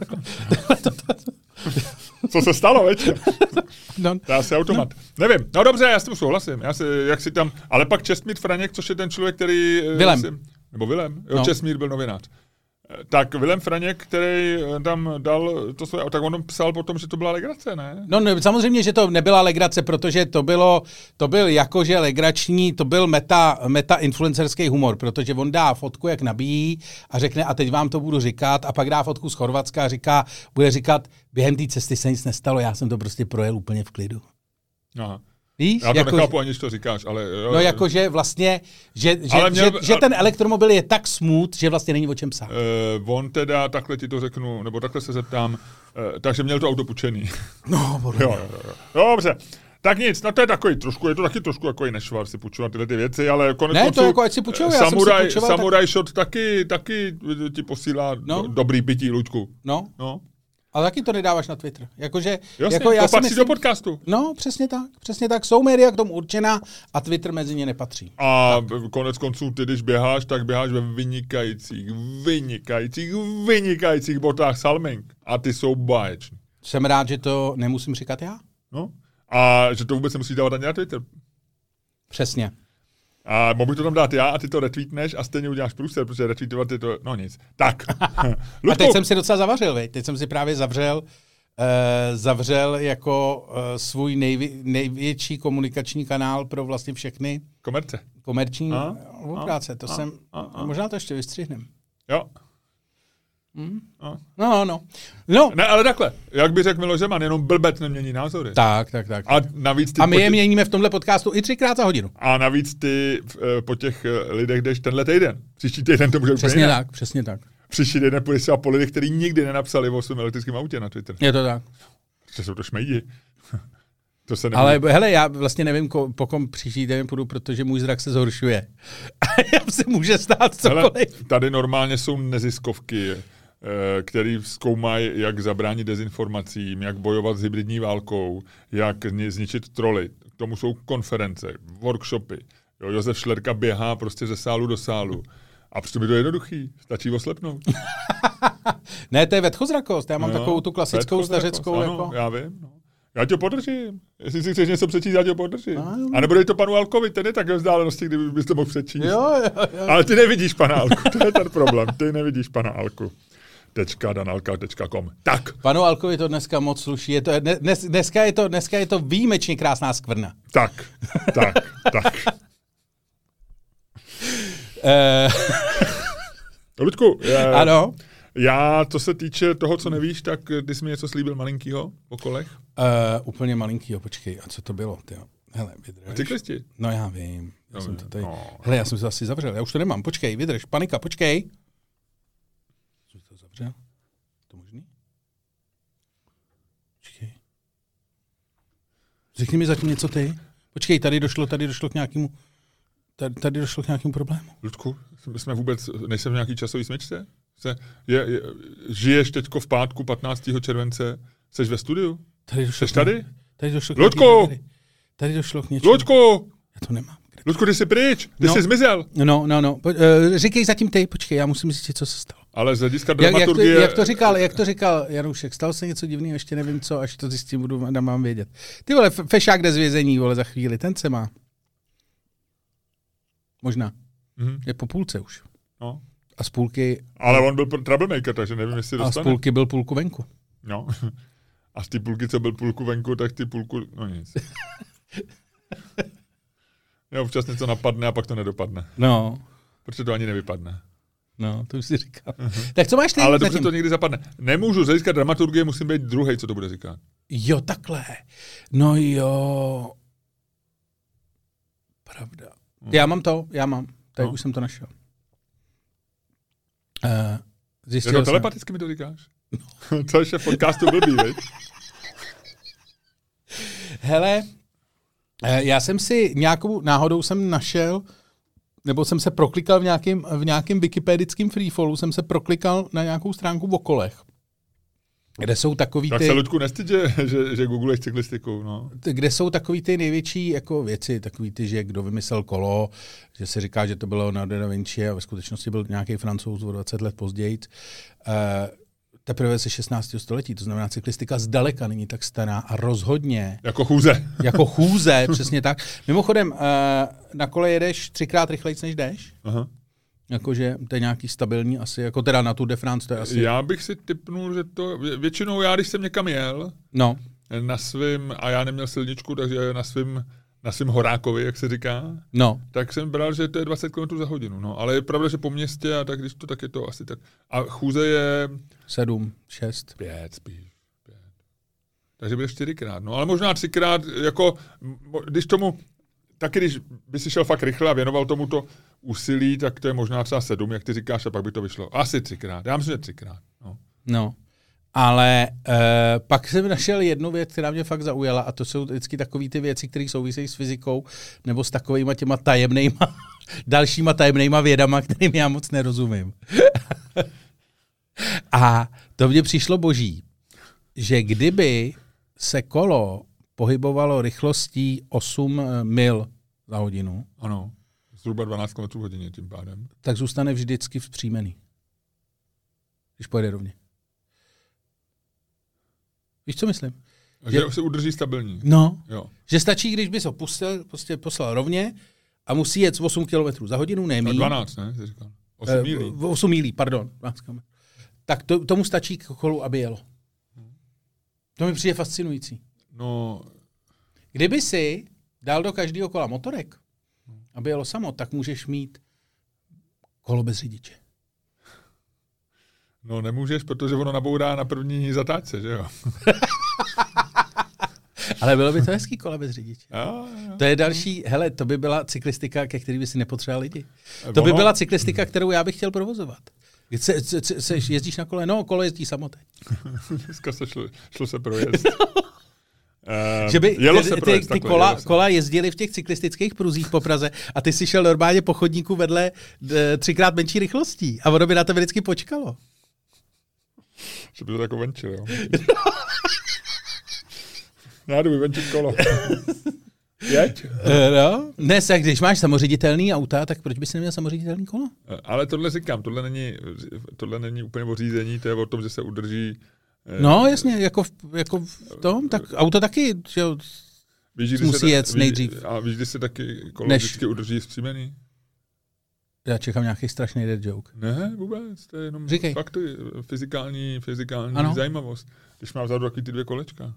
Co se stalo, veď? No. Já si automat. No. Nevím, no dobře, já s tím souhlasím. Jak si tam... Ale pak Čestmír Franěk, což je ten člověk, který... Vilém. Jo, no. Čestmír byl novinář. Tak Vilém Franěk, který tam dal to svoje, tak on psal potom, že to byla legrace, ne? No samozřejmě, že to nebyla legrace, protože to byl jakože legrační, to byl meta influencerský humor, protože on dá fotku, jak nabíjí a řekne, a teď vám to budu říkat, a pak dá fotku z Chorvatska a bude říkat, během té cesty se nic nestalo, já jsem to prostě projel úplně v klidu. Aha. Víš? Já to nechápu, aniž to říkáš, ale... Jo, no jakože vlastně, že ten elektromobil je tak smooth, že vlastně není o čem psát. On teda, takhle ti to řeknu, nebo takhle se zeptám, takže měl to auto půjčený. No, jo. Dobře. Tak nic, no to je takový trošku, je to taky trošku jako nešvar si půjčovat tyhle ty věci, ale konec konců... Ne, to jako ať si půjčuju, Samurai Shot taky ti posílá dobrý pití, Luďku. No. Ale taky to nedáváš na Twitter. Jasně, jako já to patří do podcastu. No, přesně tak. Jsou média k tomu určená a Twitter mezi ně nepatří. A konec konců, ty když běháš, tak běháš ve vynikajících botách Salming. A ty jsou báječní. Jsem rád, že to nemusím říkat já. No. A že to vůbec nemusíš dávat ani na Twitter. Přesně. A mohl bych to tam dát já a ty to retweetneš a stejně uděláš průser, protože retweetovat je to, no nic. Tak. A teď jsem si docela zavařil, veď. Teď jsem si právě zavřel jako svůj největší komunikační kanál pro vlastně všechny. Komerční práce. Možná to ještě vystřihnem. Jo. No. Ne, ale takhle, jak by řekl Miloš Zeman, jenom blbec nemění názory. Tak. A navíc my je měníme v tomhle podcastu i 3x za hodinu. A navíc ty po těch lidech jdeš tenhle týden. Příští týden to může úplně jinak. Přesně tak. Příští týden půjdeš třeba po lidech, kteří nikdy nenapsali o svém elektrickém autě na Twitter. Je to tak. Že jsou to šmejdi. To se ale hele, já vlastně nevím, po kom příští týden půjdu, protože můj zrak se zhoršuje. A já se může stát cokoliv. Hele, tady normálně jsou neziskovky, který zkoumají, jak zabránit dezinformacím, jak bojovat s hybridní válkou, jak zničit troly. K tomu jsou konference, workshopy. Jo, Josef Šlerka běhá prostě ze sálu do sálu. A přitom je to jednoduchý, stačí oslepnout. Ne, to je vetchozrakost. Já mám takovou tu klasickou stařeckou. Ano, jako... já vím. No. Já tě podržím. Jestli si chceš něco přečíst, já tě podržím. A nebo dej to panu Alkovi, ten je také vzdálenosti, kdyby bys to mohl přečíst. Jo. Ale ty nevidíš pana Alku, to je ten problém. Ty nevidíš pana Alku. .danalka.com. Tak. Panu Alkovi to dneska moc sluší. Dneska je to výjimečně krásná skvrna. Tak. Luďku, ano. Já, co se týče toho, co nevíš, tak ty jsi mi něco slíbil malinkýho po kolech? Úplně malinkýho, počkej. A co to bylo? Hele, vydrž. Cyklisti? No já vím. Hele, já jsem se asi zavřel. Já už to nemám. Počkej, vydrž. Panika, počkej. Jsi to zavřel? To možný? Počkej. Řekni mi zatím něco ty. Počkej, tady došlo k nějakému... Tady došlo k nějakému problému. Ludku, jsme vůbec, nejsem v nějaký časový smyčce? Žiješ teďko v pátku 15. července? Jsi ve studiu? Jsi tady? Tady došlo k Ludku! Tady došlo k něčemu. Ludku! Já to nemám. Ludku, ty jsi pryč, ty jsi zmizel. No. Říkej zatím ty, počkej, já musím zjistit, co se stalo. Ale z hlediska dramaturgie... Jak to říkal Janušek, stalo se něco divného, ještě nevím co, až to zjistím, dám vám vědět. Ty vole, Fešák jde z vězení, vole, za chvíli, ten se má. Možná. Je po půlce už. No. A z půlky... Ale on byl troublemaker, takže nevím, jestli dostane. A z půlky byl půlku venku. No. A z té půlky, co byl půlku venku, tak ty půlku... No nic. Jo, občas něco napadne a pak to nedopadne. No. Protože to ani nevypadne. No, to už si říkal. Tak co máš ty? Ale dobře to někdy zapadne. Nemůžu, z hlediska dramaturgie musím být druhej, co to bude říkat. Jo, takhle. No jo. Pravda. Já mám. Tady už jsem to našel. Zjistil jsem. Telepaticky mi to říkáš? No. To ještě v podcastu blbý, veď? Hele, já jsem si nějakou náhodou jsem našel, nebo jsem se proklikal v nějakém wikipedickém freefallu, jsem se proklikal na nějakou stránku o kolech, kde jsou takový tak se, Ludku, nestydí, že googluješ cyklistikou, no. Kde jsou takový ty největší jako věci, takový ty, že kdo vymyslel kolo, že se říká, že to bylo Leonardo da Vinci a ve skutečnosti byl nějaký Francouz o 20 let později. Teprve ze 16. století, to znamená cyklistika zdaleka není tak stará a rozhodně... Jako chůze. Jako chůze, přesně tak. Mimochodem, na kole jedeš 3x rychlejc, než jdeš? Aha. Jakože to je nějaký stabilní asi, jako teda na Tour de France to je asi... Já bych si tipnul, že to... Většinou já, když jsem někam jel, no. Na svým, a já neměl silničku, takže na svým horákovi, jak se říká, no. Tak jsem bral, že to je 20 km za hodinu. No. Ale je pravda, že po městě, a tak když to, tak je to asi tak. A chůze je... 7, 6. 5 spíš. 5. Takže bude 4krát. No, ale možná 3krát, jako, když tomu, taky když by si šel fakt rychle a věnoval tomu to úsilí, tak to je možná třeba 7, jak ty říkáš, a pak by to vyšlo. Asi 3krát. Já myslím, že 3krát. No. Ale pak jsem našel jednu věc, která mě fakt zaujala, a to jsou vždycky takové ty věci, které souvisejí s fyzikou nebo s takovýma těma dalšíma tajemnýma vědama, kterým já moc nerozumím. A to mně přišlo boží, že kdyby se kolo pohybovalo rychlostí 8 mil za hodinu, ano, zhruba 12 km hodině tím pádem, tak zůstane vždycky vzpřímený, když pojede rovně. Víš, co myslím? Že se udrží stabilní. No, jo. Že stačí, když bys ho poslal rovně a musí jet 8 km za hodinu, ne míň. 12, ne? Jsi říkal. 8 mílí. 8 mílí, pardon. Tak tomu stačí k kolu, aby jelo. To mi přijde fascinující. No. Kdyby si dal do každého kola motorek, aby jelo samo, tak můžeš mít kolo bez řidiče. No nemůžeš, protože ono nabourá na první zatáčce, že jo? Ale bylo by to hezký kolo bez řidiče. Jo. To je další, hele, to by byla cyklistika, ke který by si nepotřeboval lidi. To by byla cyklistika, kterou já bych chtěl provozovat. Jezdíš na kole? No, kolo jezdí samo teď. Dneska se šlo se projezd. Že by ty kola jezdily v těch cyklistických pruzích po Praze a ty si šel normálně po chodníku vedle 3x menší rychlostí a ono by na tebe vždycky počkalo. Že by to tak ovenčil, jo? Já jdu vyvenčit kolo. Jeď? No. Dnes, když máš samoředitelný auta, tak proč bys neměl samoředitelný kolo? Ale tohle říkám, tohle není úplně o řízení, to je o tom, že se udrží. No jasně, jako v tom, tak auto taky, že musí jet nejdřív. A víš, kdy se taky kolo vždycky udrží vzpřímený? Já čekám nějaký strašný dead joke. Ne, vůbec, to je jenom fakt fyzikální zajímavost. Když mám vzadu takový ty 2 kolečka.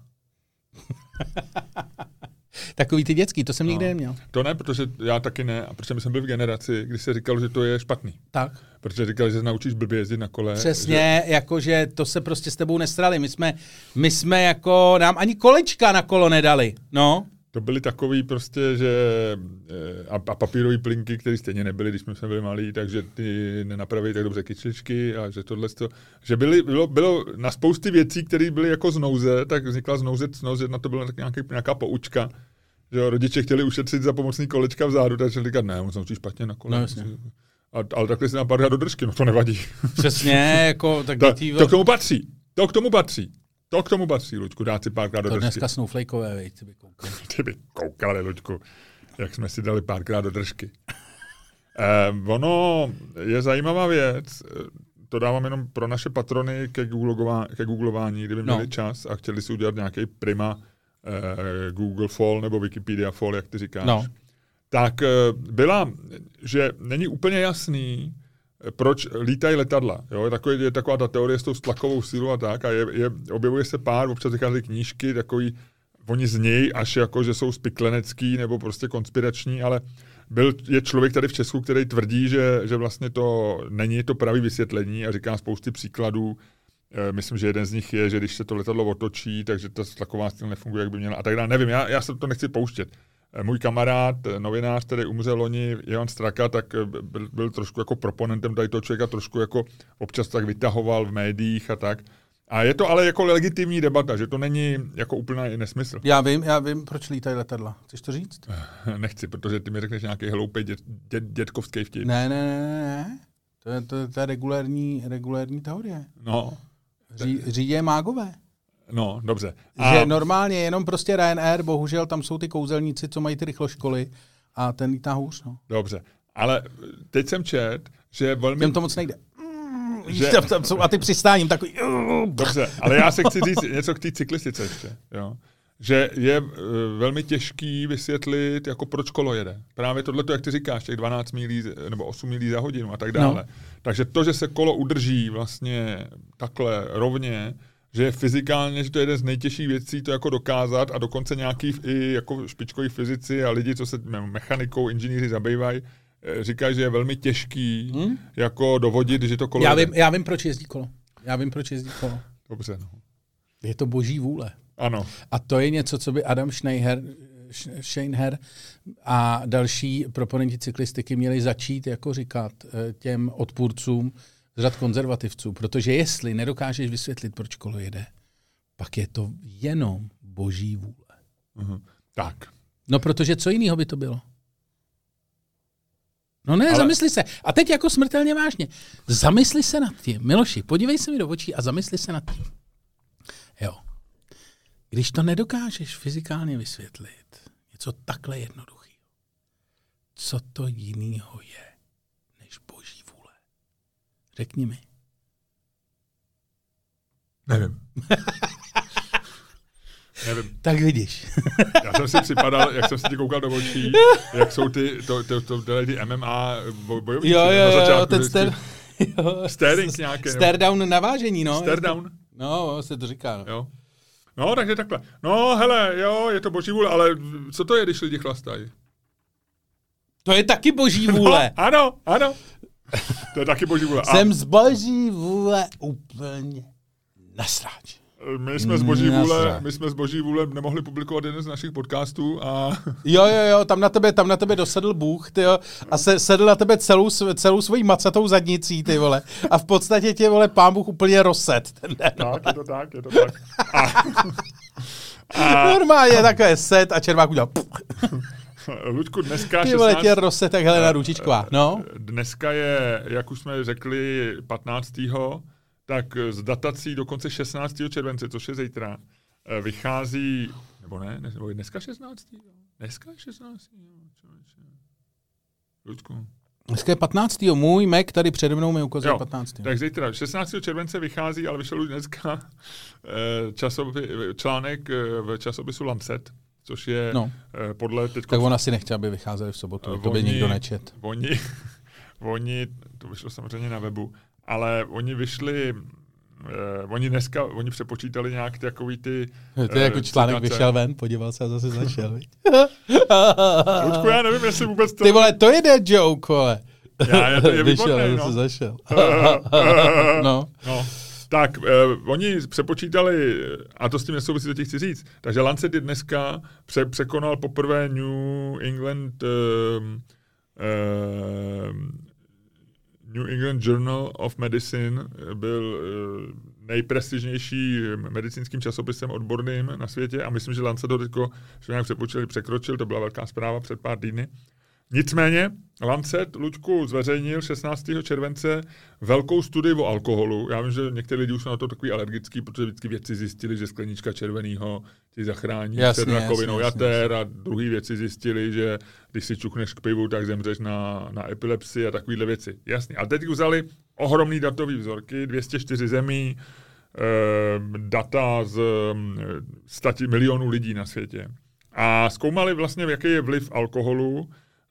Takový ty dětský, to jsem nikdy neměl. To ne, protože já taky ne, a protože jsem byl v generaci, kdy se říkalo, že to je špatný. Tak. Protože říkali, že se naučíš blbě jezdit na kole. Přesně, jakože to se prostě s tebou nestrali. My jsme jako, nám ani kolečka na kolo nedali, no. To byly takový prostě, že a papírový plinky, které stejně nebyly, když jsme byli malí, takže ty nenapravili tak dobře kyčličky a že tohle, že bylo na spousty věcí, které byly jako z nouze, tak vznikla z nouze, na to byla nějaká poučka, že jo, rodiče chtěli ušetřit za pomocný kolečka vzadu, takže říkat, ne, on se učí špatně na kole. No, ale takhle si nám pár do držky, no to nevadí. Přesně, jako tak to k tomu patří. To k tomu patří, Luďku, dát si párkrát do držky. To dneska snowflakeové, veď, ty by koukali. Ty by koukali, Luďku, jak jsme si dali párkrát do držky. Ono je zajímavá věc, to dávám jenom pro naše patrony ke googlování, kdyby měli čas a chtěli si udělat nějaký prima Google Fall nebo Wikipedia Fall, jak ty říkáš. No. Tak byla, že není úplně jasný, proč lítají letadla. Jo? Je taková ta teorie s tou tlakovou sílou a tak a objevuje se pár, občas vycházejí knížky, takový, oni znějí až jako, že jsou spiklenecký nebo prostě konspirační, ale je člověk tady v Česku, který tvrdí, že vlastně to není to pravý vysvětlení a říká spousty příkladů. Myslím, že jeden z nich je, že když se to letadlo otočí, takže ta tlaková síla nefunguje, jak by měla a tak dále. Nevím, já se to nechci pouštět. Můj kamarád, novinář, který umřel loni, Ivan Straka, tak byl trošku jako proponentem tady toho člověka, trošku jako občas tak vytahoval v médiích a tak. A je to ale jako legitimní debata, že to není jako úplný nesmysl. Já vím, proč lítají letadla. Chceš to říct? Nechci, protože ty mi řekneš nějaký hloupý dětkovský vtip. Ne. To je regulérní teorie. No. Řídí mágové. No, dobře. Že normálně jenom prostě Ryanair, bohužel tam jsou ty kouzelníci, co mají ty rychloškoly a ten lítá hůř. No. Dobře, ale teď jsem čet, že velmi... Těm to moc nejde. Tam jsou, a ty přistáním takový... Dobře, ale já se chci říct něco k té cyklistice ještě. Jo? Že je velmi těžký vysvětlit, jako proč kolo jede. Právě tohleto, jak ty říkáš, těch 12 mílí nebo 8 mílí za hodinu a tak dále. No. Takže to, že se kolo udrží vlastně takhle rovně, že je fyzikálně, že to je jeden z nejtěžších věcí to jako dokázat a dokonce nějaký i jako špičkoví fyzici a lidi, co se jmechanikou, inženýři zabývají, říkají, že je velmi těžký jako dovodit, že to kolo já vím, proč jezdí kolo. Dobře, no. Je to boží vůle. Ano. A to je něco, co by Adam Scheinher a další proponenti cyklistiky měli začít jako říkat těm odpůrcům z řad konzervativců, protože jestli nedokážeš vysvětlit, proč kolo jede, pak je to jenom boží vůle. Tak. No protože co jiného by to bylo? No ne, ale... zamysli se. A teď jako smrtelně vážně. Zamysli se nad tím. Miloši, podívej se mi do očí a zamysli se nad tím. Jo. Když to nedokážeš fyzikálně vysvětlit, něco takhle jednoduchého, co to jinýho je, než boží vůle? Řekni mi. Nevím. Nevím. Tak vidíš. Já jsem si připadal, jak jsem si ti koukal do očí, jak jsou ty MMA bojovníci. Jo, ten staring nějaké. Stare down navážení, no. Stare down. No, se to říká. No. Jo. No, takže takhle. No, hele, jo, je to boží vůle, ale co to je, když lidi chlastají? To je taky boží vůle. No, ano. To je taky boží vůle. Jsem z boží vůle úplně nasráč. My jsme z boží vůle nemohli publikovat jeden z našich podcastů a... Jo, tam na tebe dosedl Bůh, tyjo, a sedl na tebe celou svojí macatou zadnicí, ty vole. A v podstatě tě, vole, pán Bůh úplně rozset ten den. Tak, je to tak. Normálně takové set a červák udělal... Luďku, dneska 16... Ty vole, tě rozset tak Helena Ručičková, no. Dneska je, jak už jsme řekli, 15. tak z datací dokonce 16. července, což je zítra, vychází, nebo ne, nebo je dneska 16. Dneska je 16. Luďku. Dneska je 15. Můj Mac tady přede mnou mi ukazuje 15. Tak zítra 16. července vychází, ale vyšel už dneska článek v časopisu Lancet, což je podle... Tak on asi nechce, aby vycházeli v sobotu, to by nikdo nečet. Oni, to vyšlo samozřejmě na webu, ale oni vyšli, oni přepočítali nějak takový ty... To je jako článek vyšel ven, podíval se a zase zašel. Luďku, já nevím, jestli vůbec to... Ty vole, to je dead joke, vole. Je vyšel výborný, a zase zašel. No. Tak, oni přepočítali, a to s tím nesouvisí, co ti chci říct, takže Lancet je dneska překonal poprvé New England Journal of Medicine byl nejprestižnější medicínským časopisem odborným na světě a myslím, že Lancet ho teďko, že nějak překročil, to byla velká zpráva před pár týdny. Nicméně Lancet, Luďku, zveřejnil 16. července velkou studii o alkoholu. Já vím, že někteří lidi už jsou na to takový alergický, protože vždycky vědci zjistili, že sklenička červenýho ti zachrání před rakovinou jater a druhý věci zjistili, že když si čuchneš k pivu, tak zemřeš na epilepsii a takovýhle věci. Jasně. A teď vzali ohromný datový vzorky, 204 zemí, data z 100 milionů lidí na světě. A zkoumali vlastně, jaký je vliv alkoholu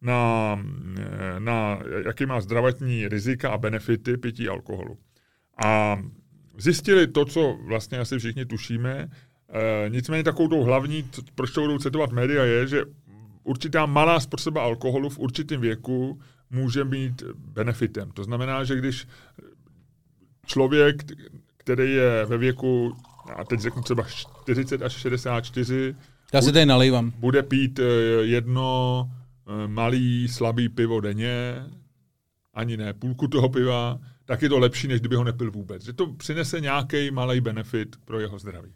na jaký má zdravotní rizika a benefity pití alkoholu. A zjistili to, co vlastně asi všichni tušíme, nicméně takovou tou hlavní, proč to budou citovat média, je, že určitá malá spotřeba alkoholu v určitém věku může být benefitem. To znamená, že když člověk, který je ve věku, a teď řeknu třeba 40 až 64, já si tady nalejvám, bude pít jedno malý, slabý pivo denně, ani ne půlku toho piva, tak je to lepší, než kdyby ho nepil vůbec. Že to přinese nějaký malý benefit pro jeho zdraví.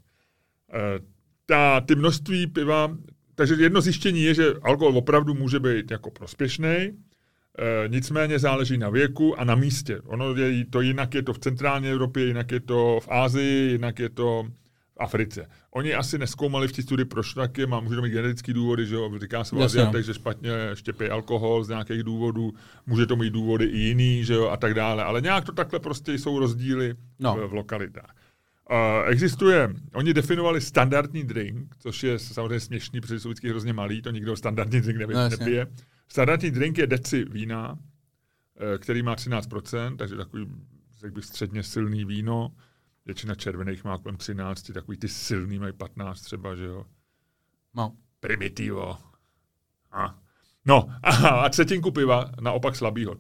Ty množství piva, takže jedno zjištění je, že alkohol opravdu může být jako prospěšný, nicméně záleží na věku a na místě. Ono je to jinak je to v centrální Evropě, jinak je to v Asii, jinak je to v Africe. Oni asi nezkoumali v té studii, proč tak je, může to mít genetický důvody, že jo, říká se o Aziatech, že špatně štěpí alkohol z nějakých důvodů, může to mít důvody i jiný, že jo, a tak dále, ale nějak to takhle prostě jsou rozdíly v lokalitách. Oni definovali standardní drink, což je samozřejmě směšný, protože jsou vždycky hrozně malý, to nikdo standardní drink nepije. Standardní drink je deci vína, který má 13%, takže takový, řekl bych, středně silný víno. Většina červených má kolem 13, takový ty silný mají 15 třeba, že jo. No. Primitivo. No, a třetinku piva naopak slabýho,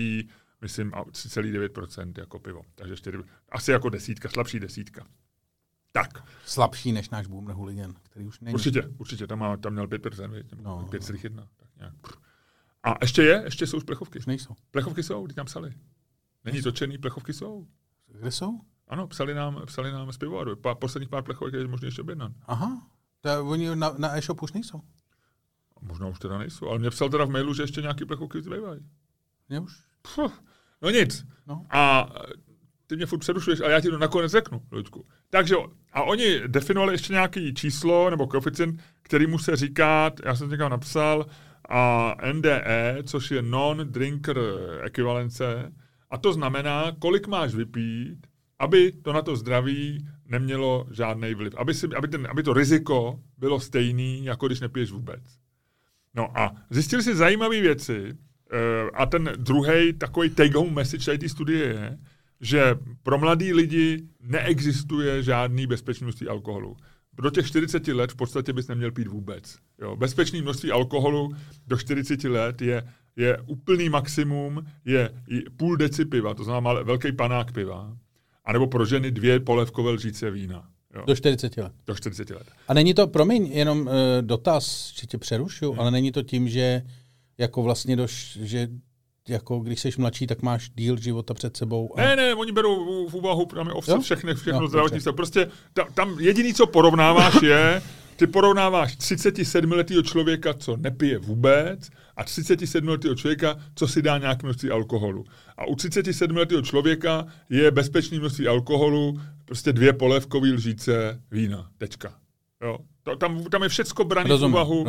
3,9% jako pivo. Takže asi jako desítka, slabší desítka. Tak. Slabší než náš Boomer Hooligan, který už není. Určitě, tam měl 5%, 5,1. Tak nějak. A ještě jsou už plechovky. Už nejsou. Plechovky jsou, když tam psali. Není to černý, plechovky jsou. Kde jsou? Ano, psali nám z pivovaru. Posledních pár plechovek je možná ještě objednat. Aha, oni na e-shopu už nejsou. Možná už teda nejsou, ale mě psal teda v mailu, že ještě nějaký plechovky zbývají. Mě už. No nic. No. A ty mě furt přerušuješ, a já ti to nakonec řeknu, Luďku. Takže, a oni definovali ještě nějaký číslo, nebo koeficient, kterýmu se říká, já jsem někam napsal, NDE, což je non-drinker ekvivalence, a to znamená, kolik máš vypít, aby to na to zdraví nemělo žádný vliv. Aby to riziko bylo stejný, jako když nepiješ vůbec. No a zjistili si zajímavé věci, a ten druhý takový take-home message tady té studie je, že pro mladý lidi neexistuje žádný bezpečné množství alkoholu. Do těch 40 let v podstatě bys neměl pít vůbec. Jo, bezpečné množství alkoholu do 40 let je úplný maximum, je půl deci piva, to znamená velký panák piva, anebo pro ženy 2 polévkové lžíce vína. Jo. Do 40 let. Do 40 let. A není to, promiň, jenom dotaz, že tě přerušu, ale není to tím, že jako vlastně že jako když jsi mladší, tak máš díl života před sebou. Ne, oni berou v úvahu všechno zdravotní stav. Prostě tam jediný, co porovnáváš je, ty porovnáváš 37letého člověka, co nepije vůbec, a 37letého člověka, co si dá nějaké množství alkoholu. A u 37letého člověka je bezpečné množství alkoholu prostě 2 polévkové lžíce vína. Tečka. Jo. Tam je všecko brané v úvahu.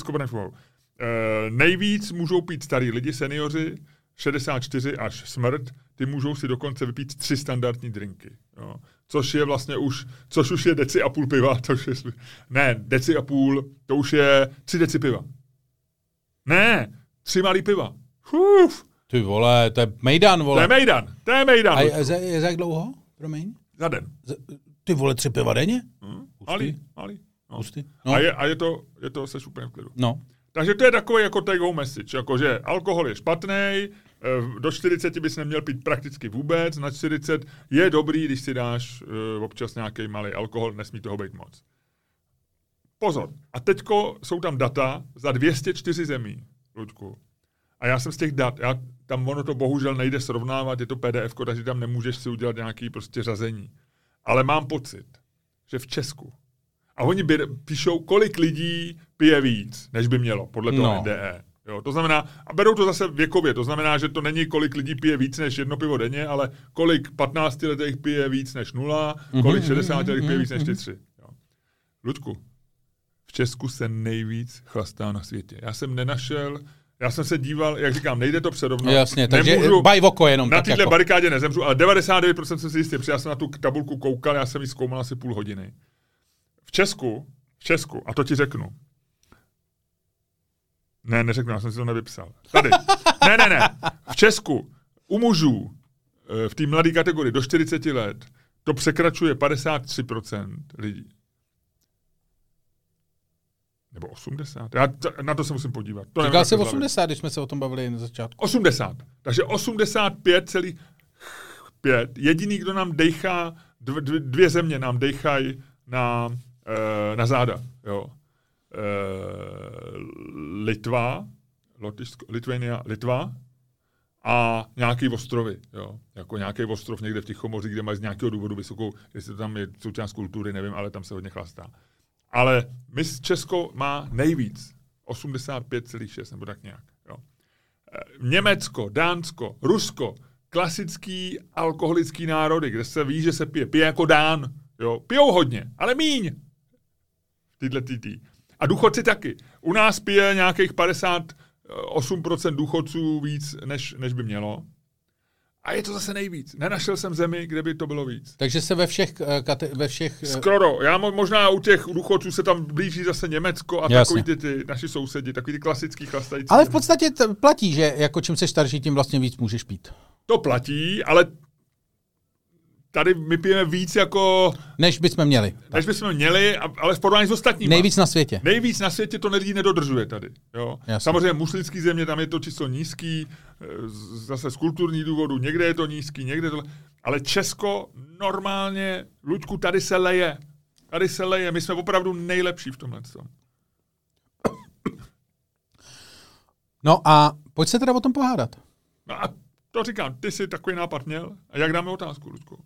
Nejvíc můžou pít starý lidi, seniori, 64 až smrt, ty můžou si dokonce vypít 3 standardní drinky. Jo. Což je vlastně což už je deci a půl piva. Deci a půl, to už je 3 deci piva. Ne, 3 malý piva. Ty vole, to je mejdan, vole. To je mejdan. A je za jak dlouho, promiň? Za den. Ty vole, 3 piva denně? Malý. No. No. A je to seš úplně v klidu. No. Takže to je takový jako take home message, jako že alkohol je špatný, do 40 bys neměl pít prakticky vůbec, na 40 je dobrý, když si dáš občas nějaký malý alkohol, nesmí toho být moc. Pozor, a teďko jsou tam data za 204 zemí, Luďku. A já jsem z těch dat, tam ono to bohužel nejde srovnávat, je to PDF, takže tam nemůžeš si udělat nějaký prostě řazení. ale mám pocit, že v Česku, a oni píšou, kolik lidí pije víc, než by mělo, podle toho NDE. Jo, to znamená, a berou to zase věkově, to znamená, že to není, kolik lidí pije víc než 1 pivo denně, ale kolik 15letých pije víc než 0, kolik 60letých pije víc než ty 3. Jo. Luďku, v Česku se nejvíc chlastá na světě. Já jsem se díval, jak říkám, nejde to přerovnat. Jasně, takže baj v oko jenom. Na téhle barikádě nezemřu, ale 99% jsem si jistý, protože já jsem na tu tabulku koukal, já jsem ji zkoumal asi půl hodiny. V Česku, a to ti řeknu. Ne, neřeknu, já jsem si to nevypsal. Tady. Ne. V Česku u mužů v té mladé kategorii do 40 let to překračuje 53% lidí. Nebo 80. Já na to se musím podívat. Říkal jsi 80, když jsme se o tom bavili na začátku. 80. Takže 85,5. Jediný, kdo nám dejchá, 2 země nám dejchají na záda. Jo. Litva a nějaký ostrovy. Jo. Jako nějaký ostrov někde v Tichomoří, kde mají z nějakého důvodu vysokou, jestli to tam je součást kultury, nevím, ale tam se hodně chlastá. Ale Česko má nejvíc. 85,6 nebo tak nějak. Jo. Německo, Dánsko, Rusko, klasický alkoholický národy, kde se ví, že se pije. Pije jako Dán. Jo. Pijou hodně, ale míň. A důchodci taky. U nás pije nějakých 58% důchodců víc, než by mělo. A je to zase nejvíc. Nenašel jsem zemi, kde by to bylo víc. Takže se ve všech... Skoro. Já možná u těch důchodců se tam blíží zase Německo a takový ty naši sousedi, takový ty klasický chlastající. Ale v podstatě platí, že jako čím jsi starší, tím vlastně víc můžeš pít. To platí, ale tady my pijeme víc jako... Než bychom měli. Ale v porovnání s ostatními. Nejvíc na světě. Nejvíc na světě to lidi nedodržuje tady. Jo? Samozřejmě muslimský země, tam je to číslo nízký, zase z kulturních důvodů, někde je to nízký, někde to... Ale Česko normálně, Luďku, tady se leje. My jsme opravdu nejlepší v tomhle. No a pojď se teda o tom pohádat. No a to říkám, ty jsi takový nápad měl. A jak dáme otázku, Luďku?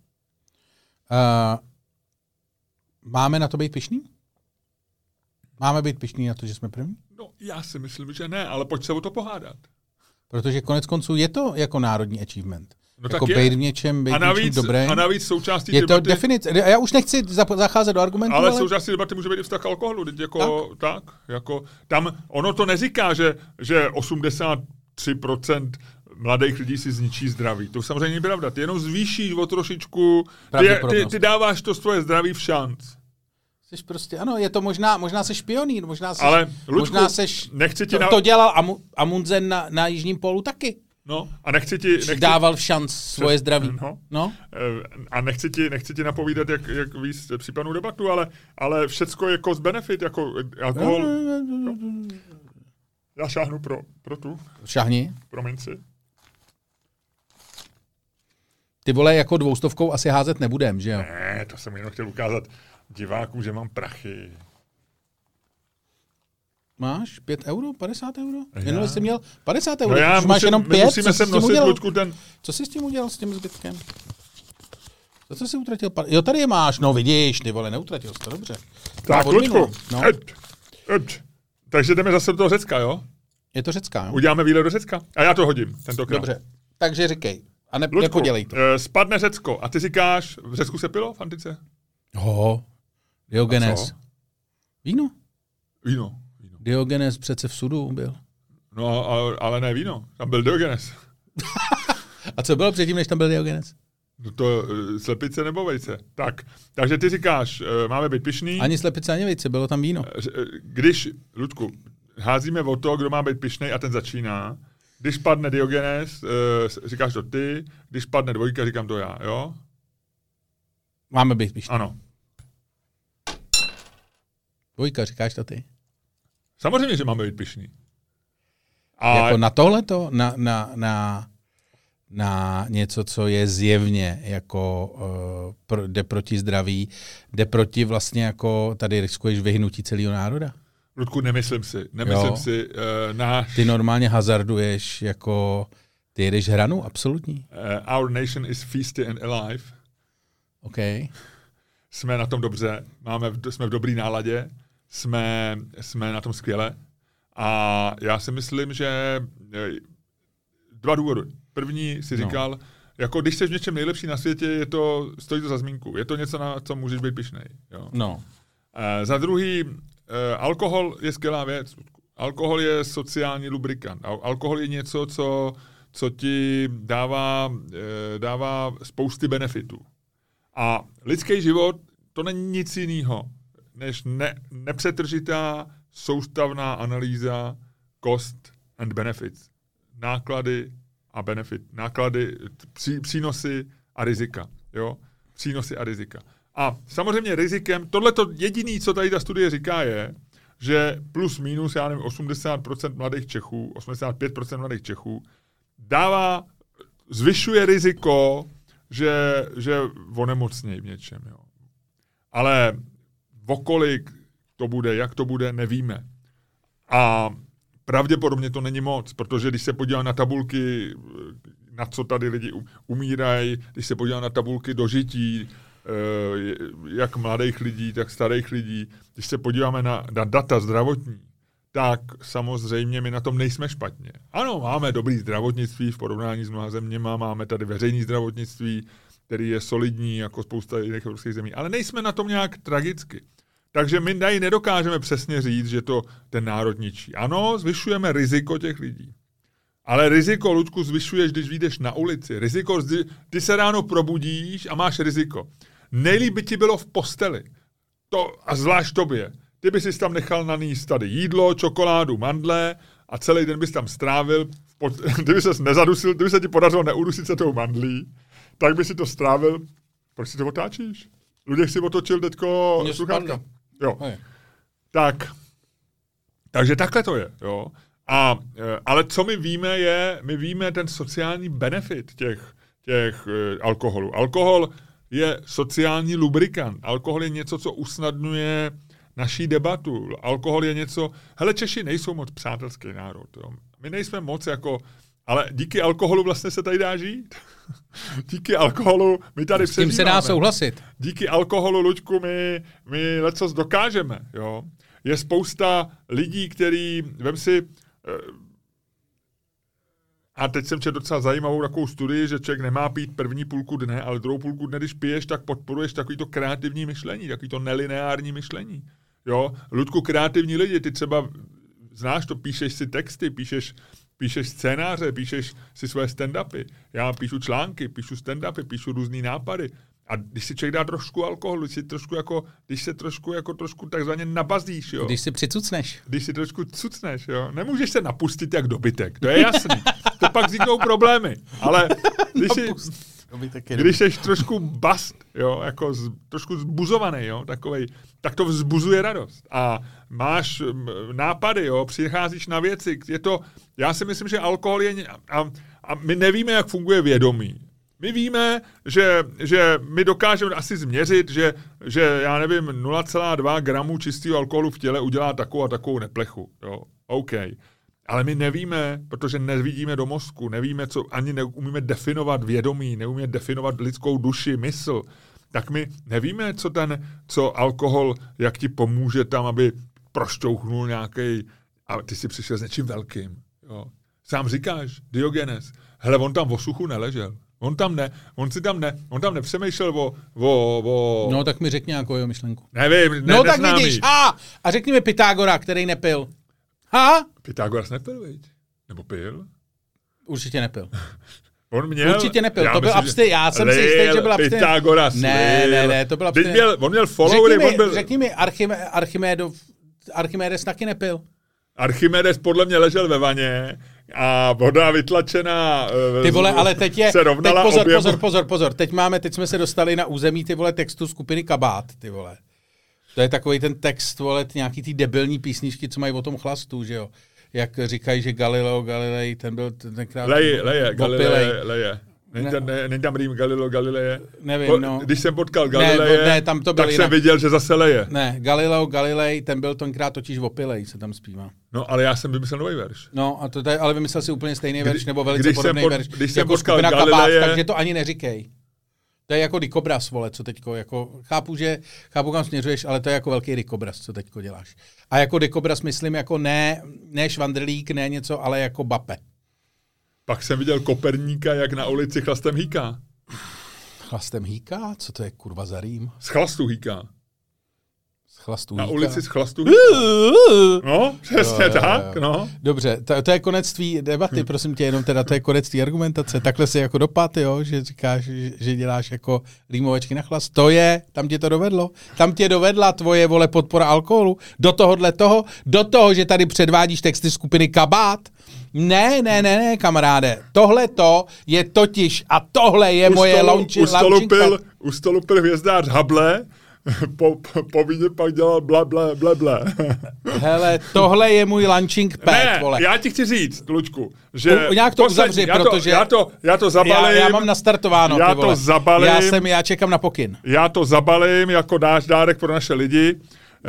Máme na to být pyšný? Máme být pyšný na to, že jsme první? No, já si myslím, že ne, ale pojď se o to pohádat. Protože konec konců je to jako národní achievement. No jako být v něčem, být něčím dobrým. A navíc součástí je to definice. Já už nechci zacházet do argumentů, ale součástí debaty může být i vztah alkoholu. Tam ono to neříká, že 83% mladých lidí si zničí zdraví. To samozřejmě není pravda. Ty jenom zvýšíš o trošičku, ty dáváš to svoje zdraví v šanc. Jsi prostě, ano, je to možná seš pionýr, možná seš, nechci to dělal Amundsen na Jižním pólu taky. No, a nechci dával v šanc svoje zdraví. No. A nechci ti napovídat, jak víc případnou debatu, ale všecko je cost benefit, jako alkohol. Já šáhnu pro tu. Šáhni. Promiň si. Ty vole, jako 200 asi házet nebudem, že jo? Ne, to jsem jenom chtěl ukázat divákům, že mám prachy. Máš 5 euro? 50 euro? Minule jsi měl 50 euro. No máš jenom 5. Musíme sem nosit, Luďku, Co jsi s tím udělal, s tím zbytkem? Za co jsi utratil? Jo, tady je máš. No vidíš, ty vole, neutratil jsi to, dobře. Tak, Luďku. No. Takže jdeme zase do toho Řecka, jo? Je to Řecka, jo? Uděláme výlet do Řecka. A já to hodím, tentokrát. Dobře, takže říkej. A Luďku, nepodělej to. Spadne Řecko. A ty říkáš, v Řecku se pilo v antice? Diogenes. Víno. Víno. Diogenes přece v sudu byl. No, ale ne víno. Tam byl Diogenes. A co bylo předtím, než tam byl Diogenes? No to slepice nebo vejce. Takže ty říkáš, máme být pyšný. Ani slepice, ani vejce, bylo tam víno. Když, Ludku, házíme o to, kdo má být pyšnej a ten začíná. Když padne Diogenes, říkáš to ty. Když padne dvojka, říkám to já, jo? Máme být pyšný. Ano. Dvojka, říkáš to ty. Samozřejmě, že máme být pyšný. Jako na tohleto? Na něco, co je zjevně jako jde proti zdraví, jde proti vlastně jako tady riskuješ vyhnutí celého národa? Ludku, nemyslím si. Ty normálně hazarduješ jako, ty jedeš hranu absolutní. Our nation is feisty and alive. OK. jsme na tom dobře, jsme v dobrý náladě, jsme na tom skvěle. A já si myslím, že 2 důvody. První si říkal, jako když jsi v něčem nejlepší na světě, stojí to za zmínku. Je to něco, na co můžeš být pyšnej. Jo. No. Za druhý, alkohol je skvělá věc. Alkohol je sociální lubrikant. Alkohol je něco, co ti dává spousty benefitů. A lidský život, to není nic jiného, než nepřetržitá soustavná analýza cost and benefits. Náklady a benefit. Náklady, přínosy a rizika. Jo? Přínosy a rizika. A samozřejmě rizikem, tohleto jediný, co tady ta studie říká, je, že plus minus, já nevím, 80% mladých Čechů, 85% mladých Čechů zvyšuje riziko, že onemocnějí v něčem. Jo. Ale okolik to bude, jak to bude, nevíme. A pravděpodobně to není moc, protože když se podívám na tabulky, na co tady lidi umírají, když se podívám na tabulky dožití, jak mladých lidí, tak starých lidí, když se podíváme na data zdravotní, tak samozřejmě my na tom nejsme špatně. Ano, máme dobrý zdravotnictví v porovnání s mnoha zeměma, máme tady veřejné zdravotnictví, který je solidní jako spousta jiných evropských zemí, ale nejsme na tom nějak tragicky. Takže my tady nedokážeme přesně říct, že to ten národ ničí. Ano, zvyšujeme riziko těch lidí. Ale riziko, Luďku, zvyšuješ, když vyjdeš na ulici. Riziko, ty se ráno probudíš a máš riziko. Nejlíp by ti bylo v posteli. A zvlášť tobě. Ty bys si tam nechal naníst tady jídlo, čokoládu, mandle a celý den bys tam strávil. Kdyby ses nezadusil, kdyby se ti podařilo neudusit se tou mandlí, tak by si to strávil. Proč si to otáčíš? Luděk si otočil teďko sluchátka. Jo. Takže takhle to je. Jo. Ale co my víme ten sociální benefit těch alkoholů. Alkohol je sociální lubrikant. Alkohol je něco, co usnadňuje naší debatu. Alkohol je něco... Hele, Češi nejsou moc přátelský národ. Jo. My nejsme moc jako... Ale díky alkoholu vlastně se tady dá žít. Díky alkoholu my tady přežíváme. S tím se dá souhlasit. Díky alkoholu, Luďku, my lecos dokážeme. Jo. Je spousta lidí, který... Vem si... A teď jsem četl docela zajímavou takovou studii, že člověk nemá pít první půlku dne, ale druhou půlku dne, když piješ, tak podporuješ takovýto kreativní myšlení, takovýto nelineární myšlení. Jo, Ludku, kreativní lidi, ty třeba znáš to, píšeš si texty, píšeš scénáře, píšeš si svoje stand-upy. Já píšu články, píšu stand-upy, píšu různý nápady. A když si člověk dá trošku alkoholu, když se trošku takzvaně nabazíš, jo. Když si přicucneš. Když si trošku cucneš, jo. Nemůžeš se napustit jak dobytek, to je jasný. To pak vzniknou problémy. Ale když jsi trošku bast, jo, jako trošku zbuzovaný, jo, takovej, tak to vzbuzuje radost. A máš nápady, jo, přicházíš na věci. Já si myslím, že alkohol je... A my nevíme, jak funguje vědomí. My víme, že my dokážeme asi změřit, že já nevím, 0,2 gramu čistého alkoholu v těle udělá takovou a takovou neplechu. Jo? OK. Ale my nevíme, protože nevidíme do mozku, nevíme, ani neumíme definovat vědomí, neumíme definovat lidskou duši, mysl. Tak my nevíme, co alkohol, jak ti pomůže tam, aby prošťouchnul nějaký. A ty si přišel s něčím velkým. Jo? Sám říkáš, Diogenes, hele, on tam v osuchu neležel. On tam nepřemýšlel o... No, tak mi řekni nějakou jeho myšlenku. Nevím, no, tak vidíš, a řekni mi Pythagora, který nepil. Pythagoras nepil, viď? Nebo pil? Určitě nepil. On měl... Určitě nepil, to byl abstinent. Já jsem si jistý, že byl abstinent. Pythagoras ne, to byl abstinent. On měl followery. Řekni mi, Archimedes taky nepil. Archimedes podle mě ležel ve vaně a voda vytlačená ty vole, ale teď je, se rovnala pozor. Teď jsme se dostali na území, ty vole, textu skupiny Kabát, ty vole. To je takový ten text, vole, nějaký ty debilní písničky, co mají o tom chlastu, že jo. Jak říkají, že Galileo Galilei, ten byl tenkrát... Leje. Není tam rým Galileo Galileje? Nevím, no. Když jsem potkal Galileje, tam to tak jsem viděl, že zase leje. Ne, Galileo Galilei, ten byl tenkrát totiž opilej, se tam zpívá. No, ale já jsem vymyslel nový verš. No, a to tady, ale vymyslel si úplně stejný verš, nebo velice podobný verš. Když jsem jako potkal skupina Galileje... Kabát, takže to ani neříkej. To je jako dikobraz, vole, co teďko, jako, chápu, kam směřuješ, ale to je jako velký dikobraz, co teďko děláš. A jako dikobraz myslím jako ne švandrlík, ne něco, ale jako Bape. Pak jsem viděl Koperníka, jak na ulici chlastem hýká. Chlastem hýká? Co to je kurva za rým? Z chlastu hýká. Na ulici z chlastu hýká. No, přesně tak, no. Dobře, to je konec tvý debaty, prosím tě, jenom teda to je konec tvý argumentace. Takhle si jako dopad, jo, že říkáš, že děláš jako rýmovačky na chlast. To je, tam tě to dovedlo. Tam tě dovedla tvoje, vole, podpora alkoholu. Do toho, že tady předvádíš texty skupiny Kabát. Ne, kamaráde. Tohle to je totiž, a tohle je moje launčinka. Ustolupil hvězdář Hubble, po víně pak dělal ble. Hele, tohle je můj launching pad, vole. Já ti chci říct, Lučku, že... Nějak to uzavři, protože... Já to zabalím. Já mám nastartováno, já to zabalím. Já čekám na pokyn. Já to zabalím jako dárek pro naše lidi.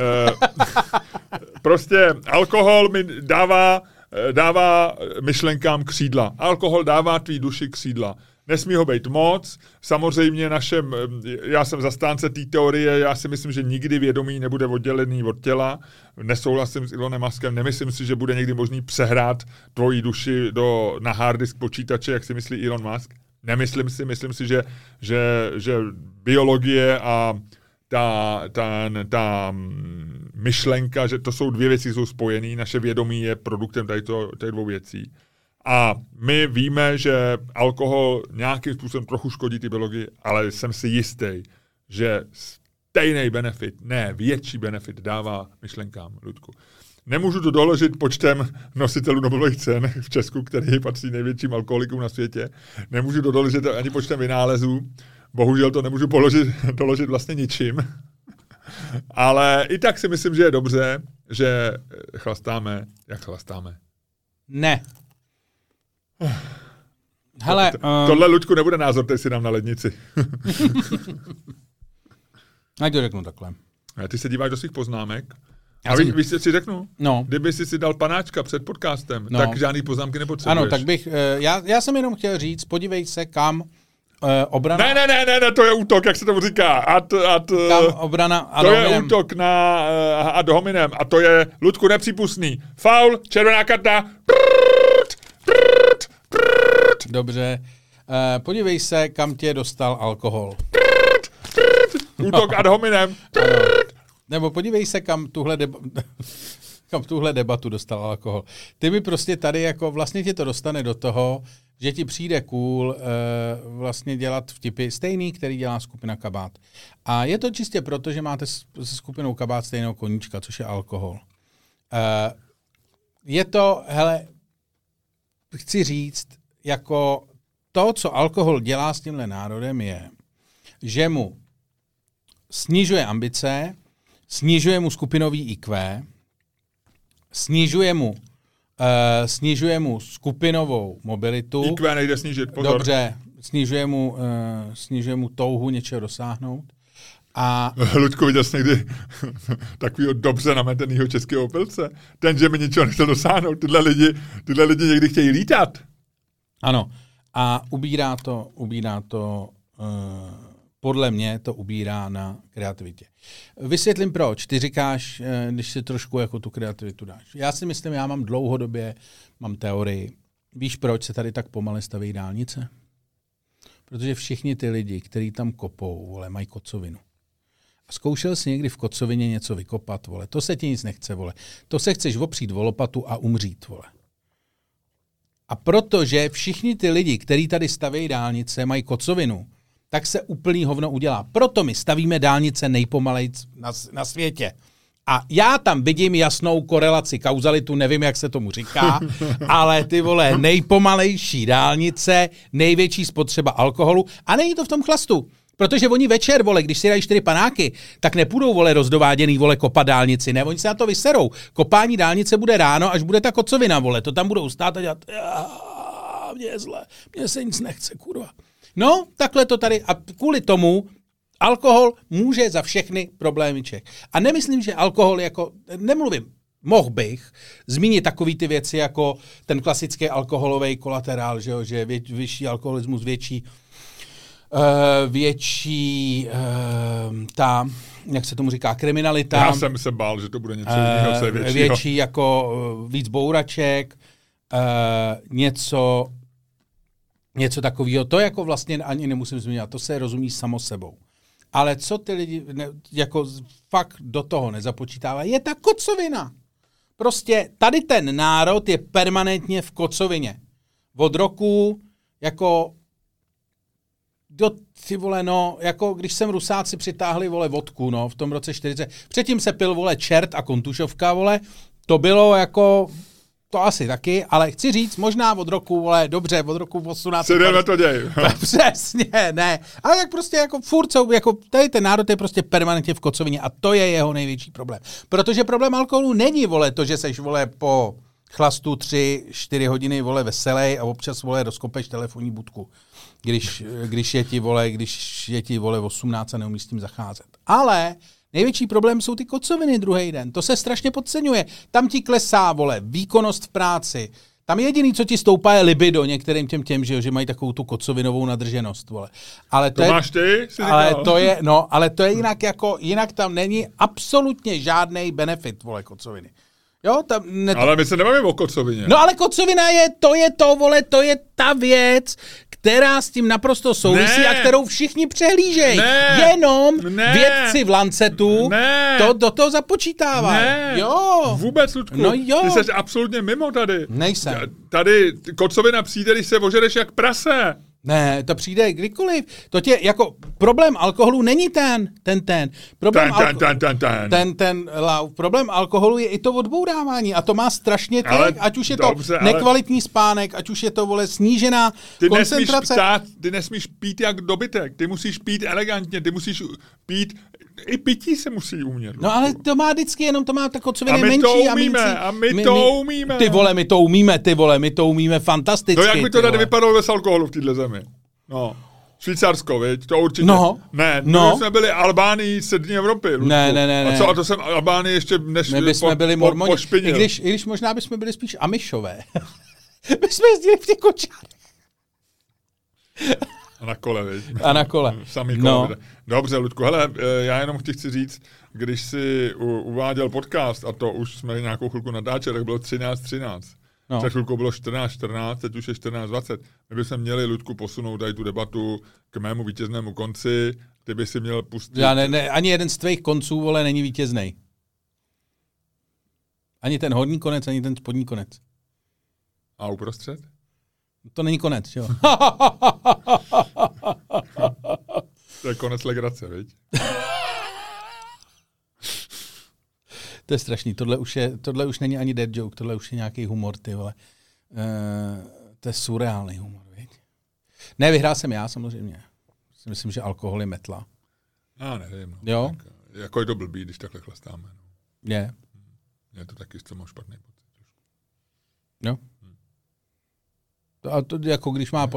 Prostě alkohol mi dává myšlenkám křídla. Alkohol dává tvý duši křídla. Nesmí ho být moc. Samozřejmě já jsem zastánce té teorie, já si myslím, že nikdy vědomí nebude oddělený od těla. Nesouhlasím s Elonem Muskem, nemyslím si, že bude někdy možný přehrát tvoji duši na hard disk počítače, jak si myslí Elon Musk. Nemyslím si, myslím si, že biologie a ta myšlenka, že to jsou dvě věci, jsou spojený, naše vědomí je produktem tady dvou věcí. A my víme, že alkohol nějakým způsobem trochu škodí ty biologii, ale jsem si jistý, že stejný benefit, ne větší benefit dává myšlenkám, Ludku. Nemůžu to doložit počtem nositelů Nobelových cen v Česku, který patří největším alkoholikům na světě. Nemůžu to doložit ani počtem vynálezů. Bohužel to nemůžu doložit vlastně ničím. Ale i tak si myslím, že je dobře, že chlastáme, jak chlastáme. Ne. Hele, tohle, Luďku, nebude názor, teď si dám na lednici. Ať to řeknu takhle. A ty se díváš do svých poznámek. A víš, co si řeknu? No. Kdyby si dal panáčka před podcastem, tak žádný poznámky nepotřebuješ. Ano, tak bych, já jsem jenom chtěl říct, podívej se, kam obrana... Ne, to je útok, jak se tomu říká. Kam obrana ad to hominem. je útok na ad hominem a to je, Ludku, nepřípustný. Faul, červená karta. Dobře. Podívej se, kam tě dostal alkohol. Útok ad hominem. Nebo podívej se, kam tuhle debatu dostal alkohol. Ty mi prostě tady jako vlastně tě to dostane do toho, že ti přijde cool vlastně dělat vtipy stejný, který dělá skupina Kabát. A je to čistě proto, že máte se skupinou Kabát stejného koníčka, což je alkohol. Je to, hele, chci říct, jako to, co alkohol dělá s tímhle národem, je, že mu snižuje ambice, snižuje mu skupinový IQ, snižuje mu skupinovou mobilitu. IQ nejde snížit, pozor. Dobře, snižuje mu touhu něčeho dosáhnout. A Luďku, viděl jsi někdy takovýho dobře nametenýho českého opilce? Ten, že mi ničeho nechtěl dosáhnout. Tyhle lidi někdy chtějí lítat. Ano. A ubírá to podle mě to ubírá na kreativitě. Vysvětlím proč. Ty říkáš, když si trošku jako tu kreativitu dáš. Já si myslím, já mám dlouhodobě, mám teorii. Víš, proč se tady tak pomale staví dálnice? Protože všichni ty lidi, kteří tam kopou, vole, mají kocovinu. A zkoušel jsi někdy v kocovině něco vykopat, vole. To se ti nic nechce, vole. To se chceš opřít o lopatu a umřít, vole. A protože všichni ty lidi, kteří tady staví dálnice, mají kocovinu, tak se úplný hovno udělá. Proto my stavíme dálnice nejpomalejc na světě. A já tam vidím jasnou korelaci, kauzalitu, nevím, jak se tomu říká, ale ty vole, nejpomalejší dálnice, největší spotřeba alkoholu a není to v tom chlastu. Protože oni večer, vole, když si dají 4 panáky, tak nepůjdou, vole, rozdováděný, vole, kopat dálnici, ne, oni se na to vyserou. Kopání dálnice bude ráno, až bude ta kocovina, vole, to tam budou stát a dělat, mě je zle, mě se nic nechce, kurva. No, takhle to tady, a kvůli tomu alkohol může za všechny problémy Čech. A nemyslím, že alkohol jako, mohl bych zmínit takový ty věci, jako ten klasický alkoholový kolaterál, že je vyšší alkoholismus, větší větší ta, jak se tomu říká, kriminalita. Já jsem se bál, že to bude něco jiného, co je většího. Větší jako víc bouraček, něco takového. To jako vlastně ani nemusím zmínit, to se rozumí samo sebou. Ale co ty lidi jako fakt do toho nezapočítávají, je ta kocovina. Prostě tady ten národ je permanentně v kocovině. Od roku jako ty vole, no, jako když sem Rusáci přitáhli, vole, vodku, no, v tom roce 40. Předtím se pil, vole, čert a kontušovka, vole, to bylo jako, to asi taky, ale chci říct, možná od roku, vole, dobře, od roku 18. Se jdeme to děj. Přesně, ne. Ale jak prostě jako furt jsou, jako tady ten národ je prostě permanentně v kocovině a to je jeho největší problém. Protože problém alkoholu není, vole, to, že seš, vole, po chlastu 3-4 hodiny, vole, veselej a občas, vole, rozkopeš telefonní budku. Když je ti, vole, 18 a neumíš s tím zacházet. Ale největší problém jsou ty kocoviny druhý den. To se strašně podceňuje. Tam ti klesá, vole, výkonnost v práci. Tam jediný, co ti stoupá, je libido některým těm, že mají takovou tu kocovinovou nadrženost, vole. Ale to máš ty? Ale to je jinak tam není absolutně žádný benefit, vole, kocoviny. Jo, ale my se nebavíme o kocovině. No ale kocovina to je ta věc, která s tím naprosto souvisí a kterou všichni přehlížejí. Jenom vědci v Lancetu to do toho započítávají. Jo. Vůbec, Ludku. No jo. Ty jsi absolutně mimo tady. Nejsem. Tady kocovina přijde, když se ožereš jak prase. Ne, to přijde kdykoliv. To tě, jako, problém alkoholu není ten. Problém alkoholu je i to odbourávání a to má strašně ať už je to nekvalitní spánek, ať už je to, vole, snížená koncentrace. Ty nesmíš pít jak dobytek, ty musíš pít elegantně, ty musíš pít, i pití se musí umět. No ale to má vždycky jenom, to má ta kocoviny menší a my to umíme. Ty vole, my to umíme fantasticky. No jak by to tady vypadalo bez alkoholu v téhle zemi? No. Švýcarsko, viď? To určitě. No. Ne, my jsme byli Albánii střední Evropy. Ludku. Ne. A to jsem Albánii ještě než byli mormoni. pošpinil. I když možná bychom byli spíš Amišové. My jsme jezdili v těch kočárech. A na kole, viď? A na kole. Samý kole. No. Dobře, Ludku, hele, já jenom chci říct, když si uváděl podcast, a to už jsme nějakou chvilku natáčeli, tak bylo 13:13. No. Před chvilkou bylo 14:14, teď už je 14:20. My bychom měli, Ludku, posunout tady tu debatu k mému vítěznému konci. Ty by si měl pustit... Ani jeden z tvých konců, vole, není vítěznej. Ani ten horní konec, ani ten spodní konec. A uprostřed? To není konec, jo. To je konec legrace, viď? To je strašný, tohle už není ani dead joke, tohle už je nějaký humor, ty vole. To je surreálný humor, viď? Ne, vyhrál jsem já, samozřejmě. Myslím, že alkohol je metla. Já nevím. No. Jo? Tak, jako je to blbý, když takhle chlastáme. No. Je. Je to taky, co mám špatný pocit. Jo. A to jako když má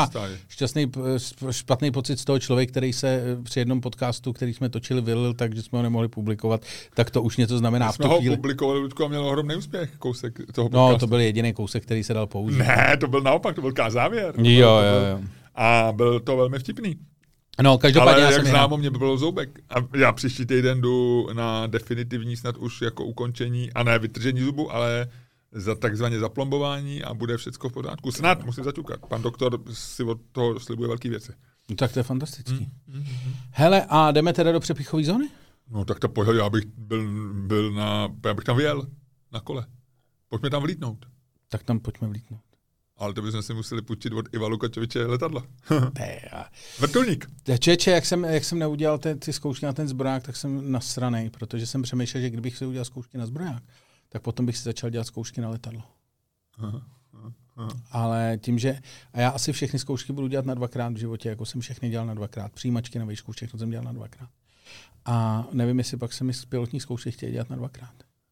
špatný pocit z toho člověk, který se při jednom podcastu, který jsme točili, vylil, takže jsme ho nemohli publikovat, tak to už něco znamená. Jsme ho publikovali, Ludku, a měl ohromný úspěch, kousek toho podcastu. No, to byl jediný kousek, který se dal použít. Ne, to byl naopak, to byl závěr. Jo. A byl to velmi vtipný. No, každopádně ale jak známo, mě by bylo zoubek. A já příští týden jdu na definitivní snad už jako ukončení, a ne vytržení zubu, ale za takzvaně zaplombování a bude všecko v pořádku. Snad, musím zaťukat. Pan doktor si od toho slibuje velké věci. No, tak to je fantastický. Hele, a jdeme teda do přepichové zóny? No tak to pojď, já bych tam vyjel na kole. Pojďme tam vlítnout. Tak tam pojďme vlítnout. Ale to bychom si museli půjčit od Iva Lukačoviče letadla. Vrtulník. Čeče, jak jsem neudělal ty zkoušky na ten zbroják, tak jsem nasranej, protože jsem přemýšlel, že kdybych si udělal zkoušky na zbroják, tak potom bych si začal dělat zkoušky na letadlo. Aha. Ale tím, že... A já asi všechny zkoušky budu dělat na 2x v životě, jako jsem všechny dělal na 2x. Přijímačky na výšku, všechno jsem dělal na 2x. A nevím, jestli pak se mi z pilotní zkoušky chtějí dělat na 2x.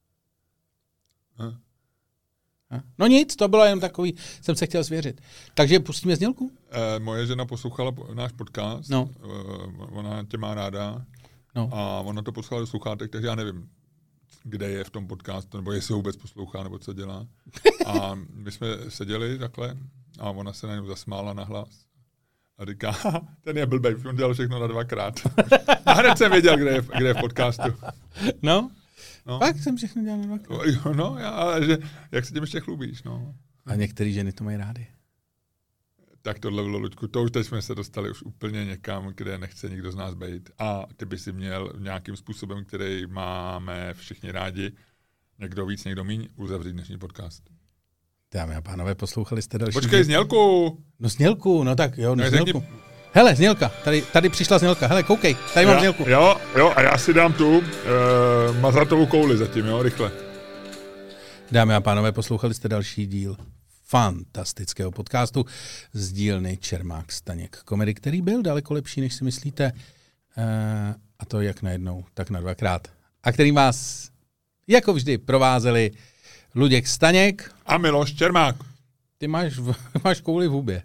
No nic, to bylo jenom takový, jsem se chtěl zvěřit. Takže pustíme znělku? Moje žena poslouchala náš podcast, no. Ona tě má ráda a ona to poslouchala do sluchátek, takže já nevím, kde je v tom podcastu, nebo jestli ho vůbec poslouchá, nebo co dělá. A my jsme seděli takhle a ona se na něm zasmála nahlas. A říká, ten je blbej, on dělal všechno na 2krát. A hned jsem věděl, kde je v podcastu. No. Pak jsem všechno dělal na 2krát. No, ale že, jak se tím ještě chlubíš, no. A některé ženy to mají rády. Tak tohle bylo, Luďku, to už teď jsme se dostali už úplně někam, kde nechce nikdo z nás být. A ty by si měl nějakým způsobem, který máme všichni rádi, někdo víc, někdo míň, uzavřít dnešní podcast. Dámy a pánové, poslouchali jste další... Počkej, znělku! No znělku, no tak jo, no znělku. Hele, znělka, tady přišla znělka, hele, koukej, tady mám znělku. Jo, a já si dám tu mazatovou kouli zatím, jo, rychle. Dámy a pánové, poslouchali jste další díl fantastického podcastu z dílny Čermák Staněk Komedy, který byl daleko lepší, než si myslíte. A to jak najednou, tak na 2krát. A který vás, jako vždy, provázeli Luděk Staněk a Miloš Čermák. Ty máš kouli v hubě.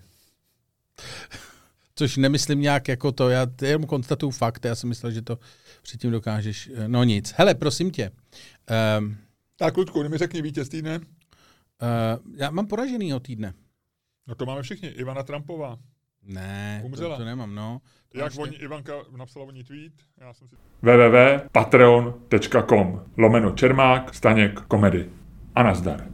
Což nemyslím nějak jako to, já jenom konstatuju fakt, já jsem myslel, že to předtím dokážeš, no nic. Hele, prosím tě. Tak, Ludku, mi řekni vítěz týdne. Já mám poraženýho týdne. No to máme všichni. Ivana Trumpová. Ne, to nemám, no. Jak Ivanka napsala o ní tweet? Já jsem si... www.patreon.com/Čermák Staněk Komedy. A nazdar.